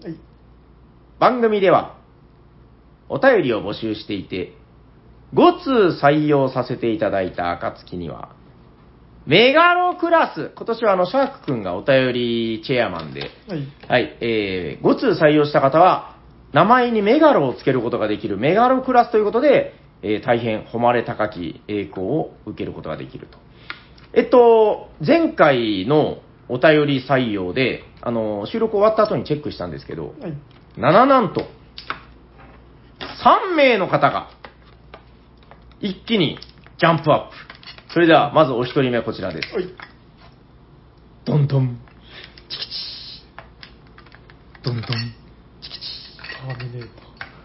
はい。番組では、お便りを募集していて、5通採用させていただいた暁には、メガロクラス、今年はシャークくんがお便りチェアマンで、はい。5通採用した方は、名前にメガロをつけることができるメガロクラスということで、大変誉れ高き栄光を受けることができると。前回のお便り採用で、収録終わった後にチェックしたんですけど、はい、なんと、3名の方が、一気にジャンプアップ。それでは、まずお一人目はこちらです。はい、ドンドン、チキチドンドン、チキチターミネーター。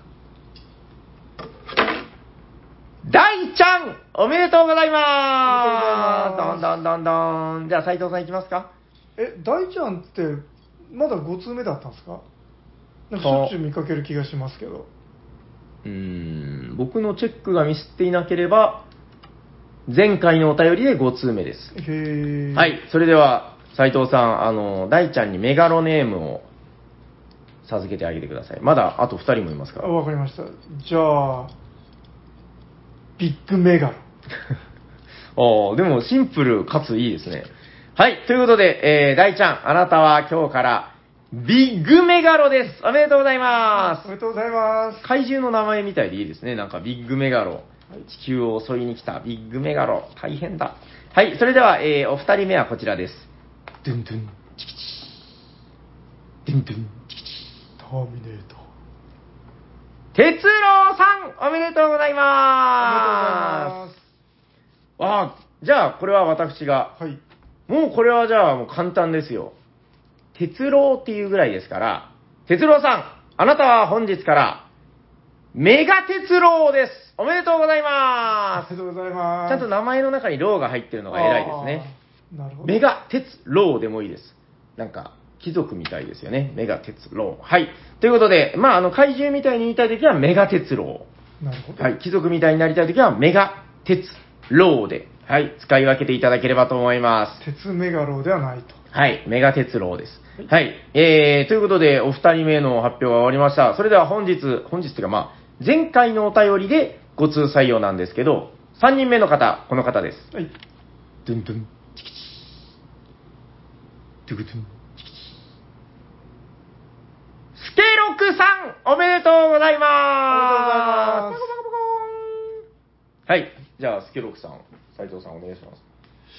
大ちゃん、おめでとうございます。どんどんどんどん。じゃあ、斉藤さんいきますか。 大ちゃんって、まだ5通目だったんですか？なんかしょっちゅう見かける気がしますけど。 僕のチェックがミスっていなければ、前回のお便りで5通目です。はい、それでは、斉藤さん、大ちゃんにメガロネームを授けてあげてください。まだあと2人もいますから。 わかりました。じゃあ、ビッグメガロ。でもシンプルかついいですね。はい、ということで、大ちゃん、あなたは今日からビッグメガロです。おめでとうございます。 おめでとうございます。 怪獣の名前みたいでいいですね。なんかビッグメガロ。地球を襲いに来たビッグメガロ。大変だ。はい、それでは、お二人目はこちらです。ドゥンドゥン、チキチ。ドゥンドゥン、チキチ。 ターミネーター。 哲郎さん、おめでとうございます。おめでとうございます。じゃあ、これは私が。はい。もうこれはじゃあ、もう簡単ですよ。哲郎っていうぐらいですから、哲郎さん、あなたは本日から、メガ哲郎です。おめでとうございます。 おめでとうございます。 ちゃんと名前の中にローが入ってるのが偉いですね。 なるほど。 メガ哲郎でもいいです。なんか、貴族みたいですよね。メガ哲郎。はい。ということで、まあ、怪獣みたいに言いたいときはメガ哲郎。 なるほど。 はい。貴族みたいになりたいときはメガ哲郎で、はい。使い分けていただければと思います。 鉄メガローではないと。 はい。メガ哲郎です。はい。ということで、お二人目の発表が終わりました。それでは本日というかまあ、前回のお便りで5通採用なんですけど、3人目の方、この方です。はい。ドゥンドゥン、チキチ。ドゥクドゥン、チキチ。スケロクさん、おめでとうございます。おめでとうございます。はい。じゃあ、スケロクさん、斉藤さんお願いします。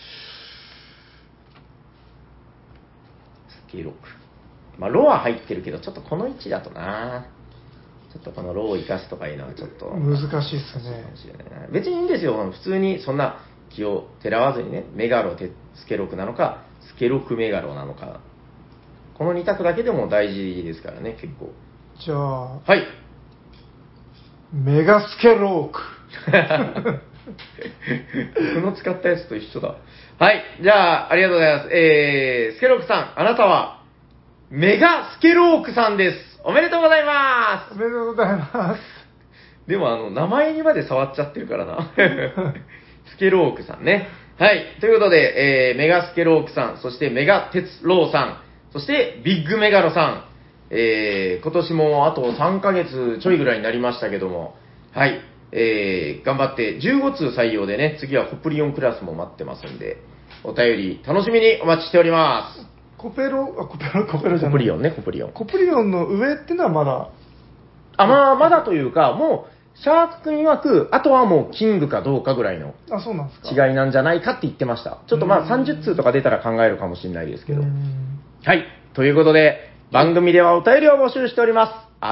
スケロク。まあ、ロは入ってるけど、ちょっとこの位置だとな。ちょっとこのローを生かすとかいうのはちょっと難しいっすね。 別にいいんですよ。普通にそんな気をてらわずにね、メガロスケロクなのか、スケロクメガロなのか、この2択だけでも大事ですからね、結構。 じゃあ、 はい。 メガスケローク。 僕の使ったやつと一緒だ。はい。じゃあ、ありがとうございます。スケロークさん、あなたは、メガスケロークさんです。おめでとうございます。 おめでとうございます。 でも、名前にまで触っちゃってるからな。スケロークさんね。はい。ということで、メガスケロークさん、そしてメガテツローさん、そしてビッグメガロさん、今年もあと3ヶ月ちょいぐらいになりましたけども、はい。頑張って15通採用でね、次はコプリオンクラスも待ってますんで、お便り楽しみにお待ちしております。 コペロじゃない。コプリオンね、コプリオン。 コプリオンの上ってのはまだ。 まだというか、もう、シャーク君曰く、あとはもうキングかどうかぐらいのそうなんですか。 違いなんじゃないかって言ってました。ちょっと30通とか出たら考えるかもしれないですけど。はい。ということで、番組ではお便りを募集しております。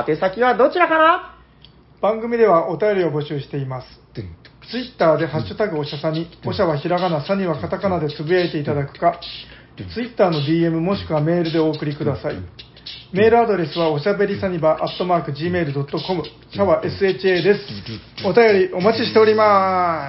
宛先はどちらかな？ 番組ではお便りを募集しています。ツイッターでハッシュタグおしゃさに、おしゃはひらがな、さにはカタカナでつぶやいていただくか、ツイッターの DM もしくはメールでお送りください。メールアドレスはおしゃべりさにば@gmail.com、シャワ SHA です。お便りお待ちしております。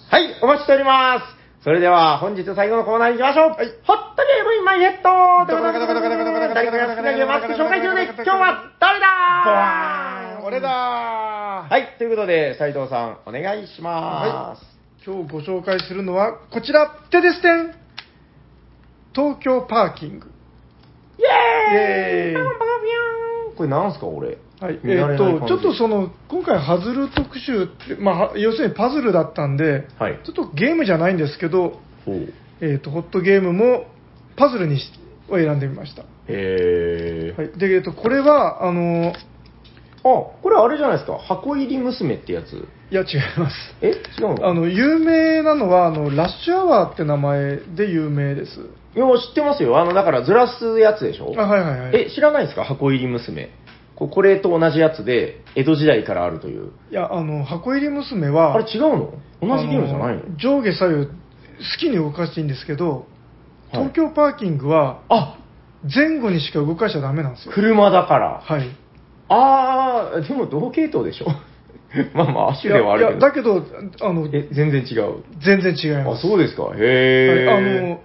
はい、お待ちしております。それでは本日最後のコーナーに行きましょう。はい、ホットゲームインマイヘッドということで、誰かが好きなゲームを熱く紹介中で、今日は誰だ俺だはい、ということで、斉藤さん、お願いします。 今日ご紹介するのは、こちら、てですてん東京パーキング。 イエーイこれなんすか、俺。 はい、ちょっと今回ハズル特集って、要するにパズルだったんで、 はい、 ちょっとゲームじゃないんですけど、ホットゲームもパズルを選んでみました。 へー。 はい、で、これは、 これあれじゃないですか、箱入り娘ってやつ。 いや、違います。 違うの？ 有名なのは、ラッシュアワーって名前で有名です。 いや、知ってますよ。だからずらすやつでしょ？ はいはいはい。 知らないですか、箱入り娘。これと同じやつで、江戸時代からあるという。 いや、箱入り娘は、 あれ違うの？同じゲームじゃないの？ 上下左右、好きに動かしていいんですけど、東京パーキングは、前後にしか動かしちゃダメなんですよ。 車だから。 はい。 でも同系統でしょ。足ではあるけど。 だけど、 全然違う。 全然違います。 そうですか。へ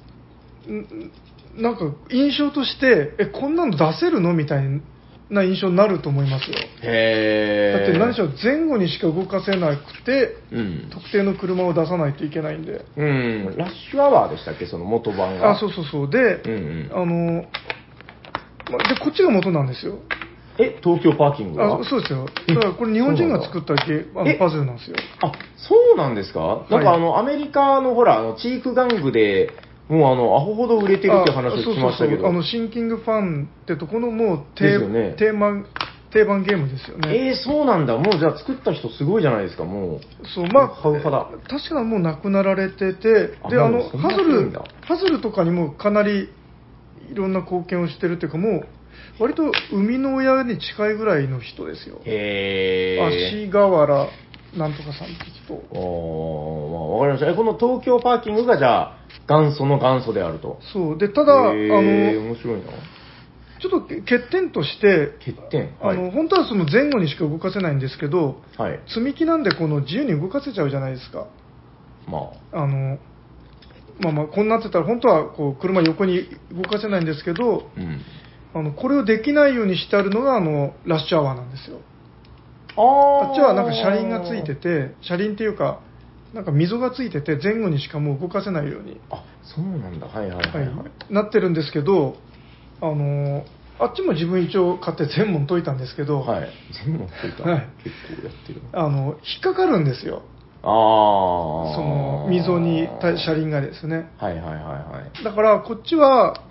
なんか印象として、こんなの出せるのみたいな印象になると思いますよ。だって何しろ前後にしか動かせなくて、特定の車を出さないといけないんで。 ラッシュアワーでしたっけ、その元版が。 そう。で、で、こっちが元なんですよ。 東京パーキングは？ そうですよ。だからこれ日本人が作ったパズルなんですよ。 そうなんですか？なんかアメリカのほら、チーク玩具で、もうアホほど売れてるって話を聞きましたけど。 シンキングファンってとこのもう定番ゲームですよね。 そうなんだ。もうじゃあ作った人すごいじゃないですか、もう。 そう、確かもう亡くなられてて、で、パズルとかにもかなりいろんな貢献をしてるっていうか、もう、割と生みの親に近いぐらいの人ですよ。足河原なんとかさんって人。 わかりました。この東京パーキングがじゃあ元祖の元祖であると。 そうで、ただ面白いな。 ちょっと欠点として、本当はその前後にしか動かせないんですけど、積み木なんでこの自由に動かせちゃうじゃないですか。こんなってたら本当はこう車横に動かせないんですけど、これをできないようにしてあるのがラッシュアワーなんですよ。あっちはなんか車輪がついてて、車輪っていうかなんか溝がついてて前後にしかもう動かせないように。 そうなんだ。 なってるんですけど、あっちも自分一応買って全問解いたんですけど、 全問解いた、結構やってる。 引っかかるんですよ。その溝に車輪がですね。だからこっちは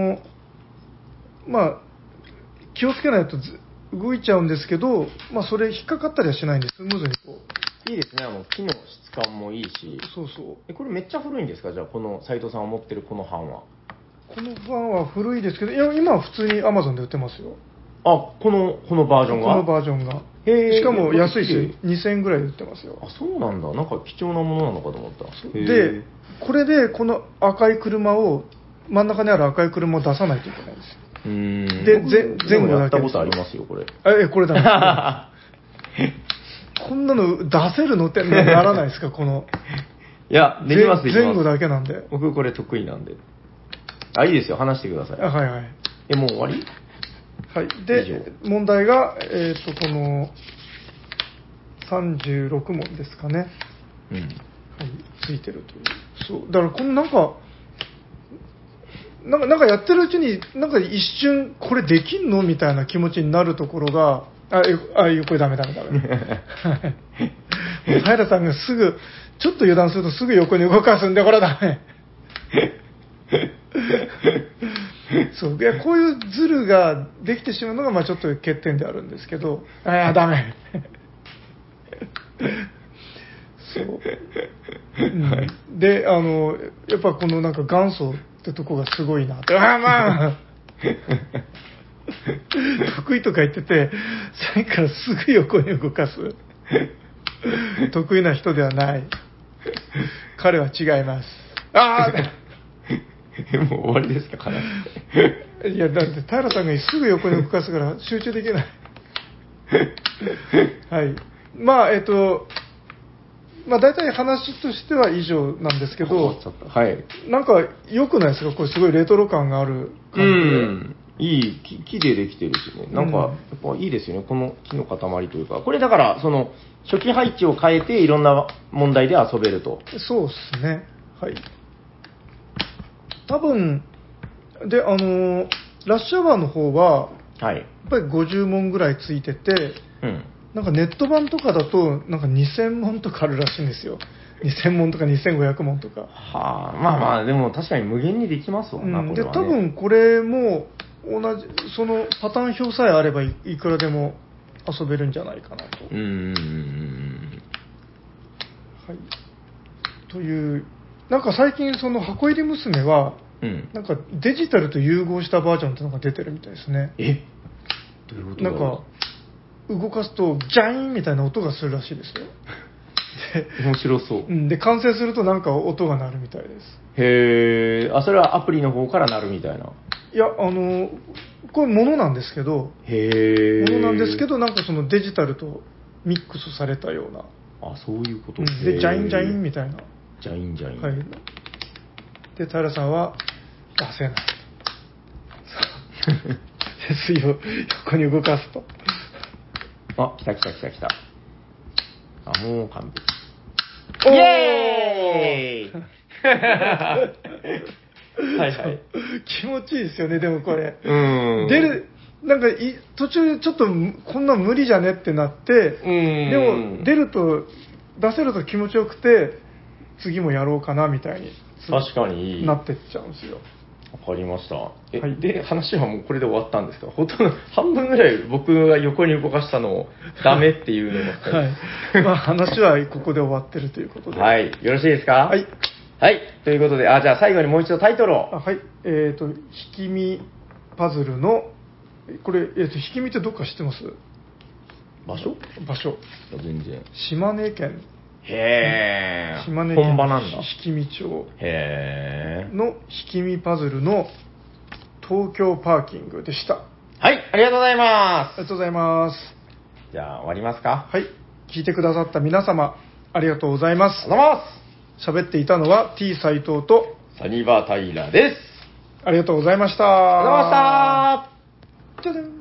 気をつけないと動いちゃうんですけど、それ引っかかったりはしないんです。スムーズにいいですね。木の質感もいいし。これめっちゃ古いんですか？じゃあこの斉藤さんが持ってるこの版は。 この版は古いですけど、今は普通に Amazon で売ってますよ。 このバージョンが？ このバージョンが。しかも安いし、2000円ぐらいで売ってますよ。 そうなんだ。なんか貴重なものなのかと思った。 で、これでこの赤い車を、真ん中にある赤い車を出さないといけないんですよ。 で、前後やったことありますよ、これ。 これだ。 こんなの出せるのってならないですか、この。 いや、できます、できます。 前後だけなんで。 僕これ得意なんで。あ、いいですよ、話してください。 はいはい。 もう終わり？ はい。で、問題が、この、36問ですかね。 うん。 はい、ついてるという。そう。だからこのなんかやってるうちに、なんか一瞬、これできんのみたいな気持ちになるところが、これダメ。平さんがすぐ、ちょっと油断するとすぐ横に動かすんで、これダメ。そう。いや、こういうズルができてしまうのが、まあちょっと欠点であるんですけど、ダメ。そう。うん、で、やっぱこのなんか元祖ってとこがすごいなって。まあ得意とか言ってて、さっきからすぐ横に動かす。得意な人ではない。彼は違います。 もう終わりですか、話。 いや、だって平さんがすぐ横に動かすから集中できない。はい。まあ、大体話としては以上なんですけど、 はい。 なんか良くないですか、これすごいレトロ感がある感じで。いい、木でできてるしね。なんか、やっぱいいですよね、この木の塊というか。これだから、その、初期配置を変えていろんな問題で遊べると。 そうですね。はい。多分、で、ラッシュアワーの方は、 はい。 やっぱり50問ぐらいついてて、 うん。 なんかネット版とかだと、なんか2000問とかあるらしいんですよ。2000問とか2500問とか。 はあ、まあまあ、でも確かに無限にできますわな、これは、ね。 で、多分これも、同じ、そのパターン表さえあればいくらでも遊べるんじゃないかなと。はい。という、なんか最近その箱入り娘は、なんかデジタルと融合したバージョンっていうのが出てるみたいですね。 どういうことだろう。 なんか、動かすとジャインみたいな音がするらしいですよ。 面白そう。 で、完成するとなんか音が鳴るみたいです。 へえ、それはアプリの方から鳴るみたいな。 いや、これ物なんですけど、物なんですけど、なんかそのデジタルとミックスされたような。 そういうこと。 で、ジャインジャインみたいな。 ジャインジャイン。 はい。で、平さんは出せない。ですよ、横に動かすと。 来た。もう完璧。イエーイはい。 気持ちいいですよね、でもこれ。 出る、 なんか途中ちょっとこんな無理じゃねってなって、でも出せると気持ちよくて、次もやろうかなみたいに。 確かになってっちゃうんですよ。 わかりました。で、話はもうこれで終わったんですか？ほとんど、半分ぐらい僕が横に動かしたのをダメっていうのばっかり。 はい。まあ話はここで終わってるということで。 はい。よろしいですか？はい。はい。ということで、じゃあ最後にもう一度タイトルを。 はい。引き身パズルの、これ、引き身ってどっか知ってます？ 場所。全然。 島根県。 へー。 島根県本場なんだ。 引見町へー。 の引見パズルの東京パーキングでした。 はい、ありがとうございます。 ありがとうございます。 じゃあ終わりますか？ はい。聞いてくださった皆様、ありがとうございます。 ありがとうございます。 喋っていたのは T 斎藤とサニバタイラです。 ありがとうございました。 ありがとうございました。 じゃじゃん。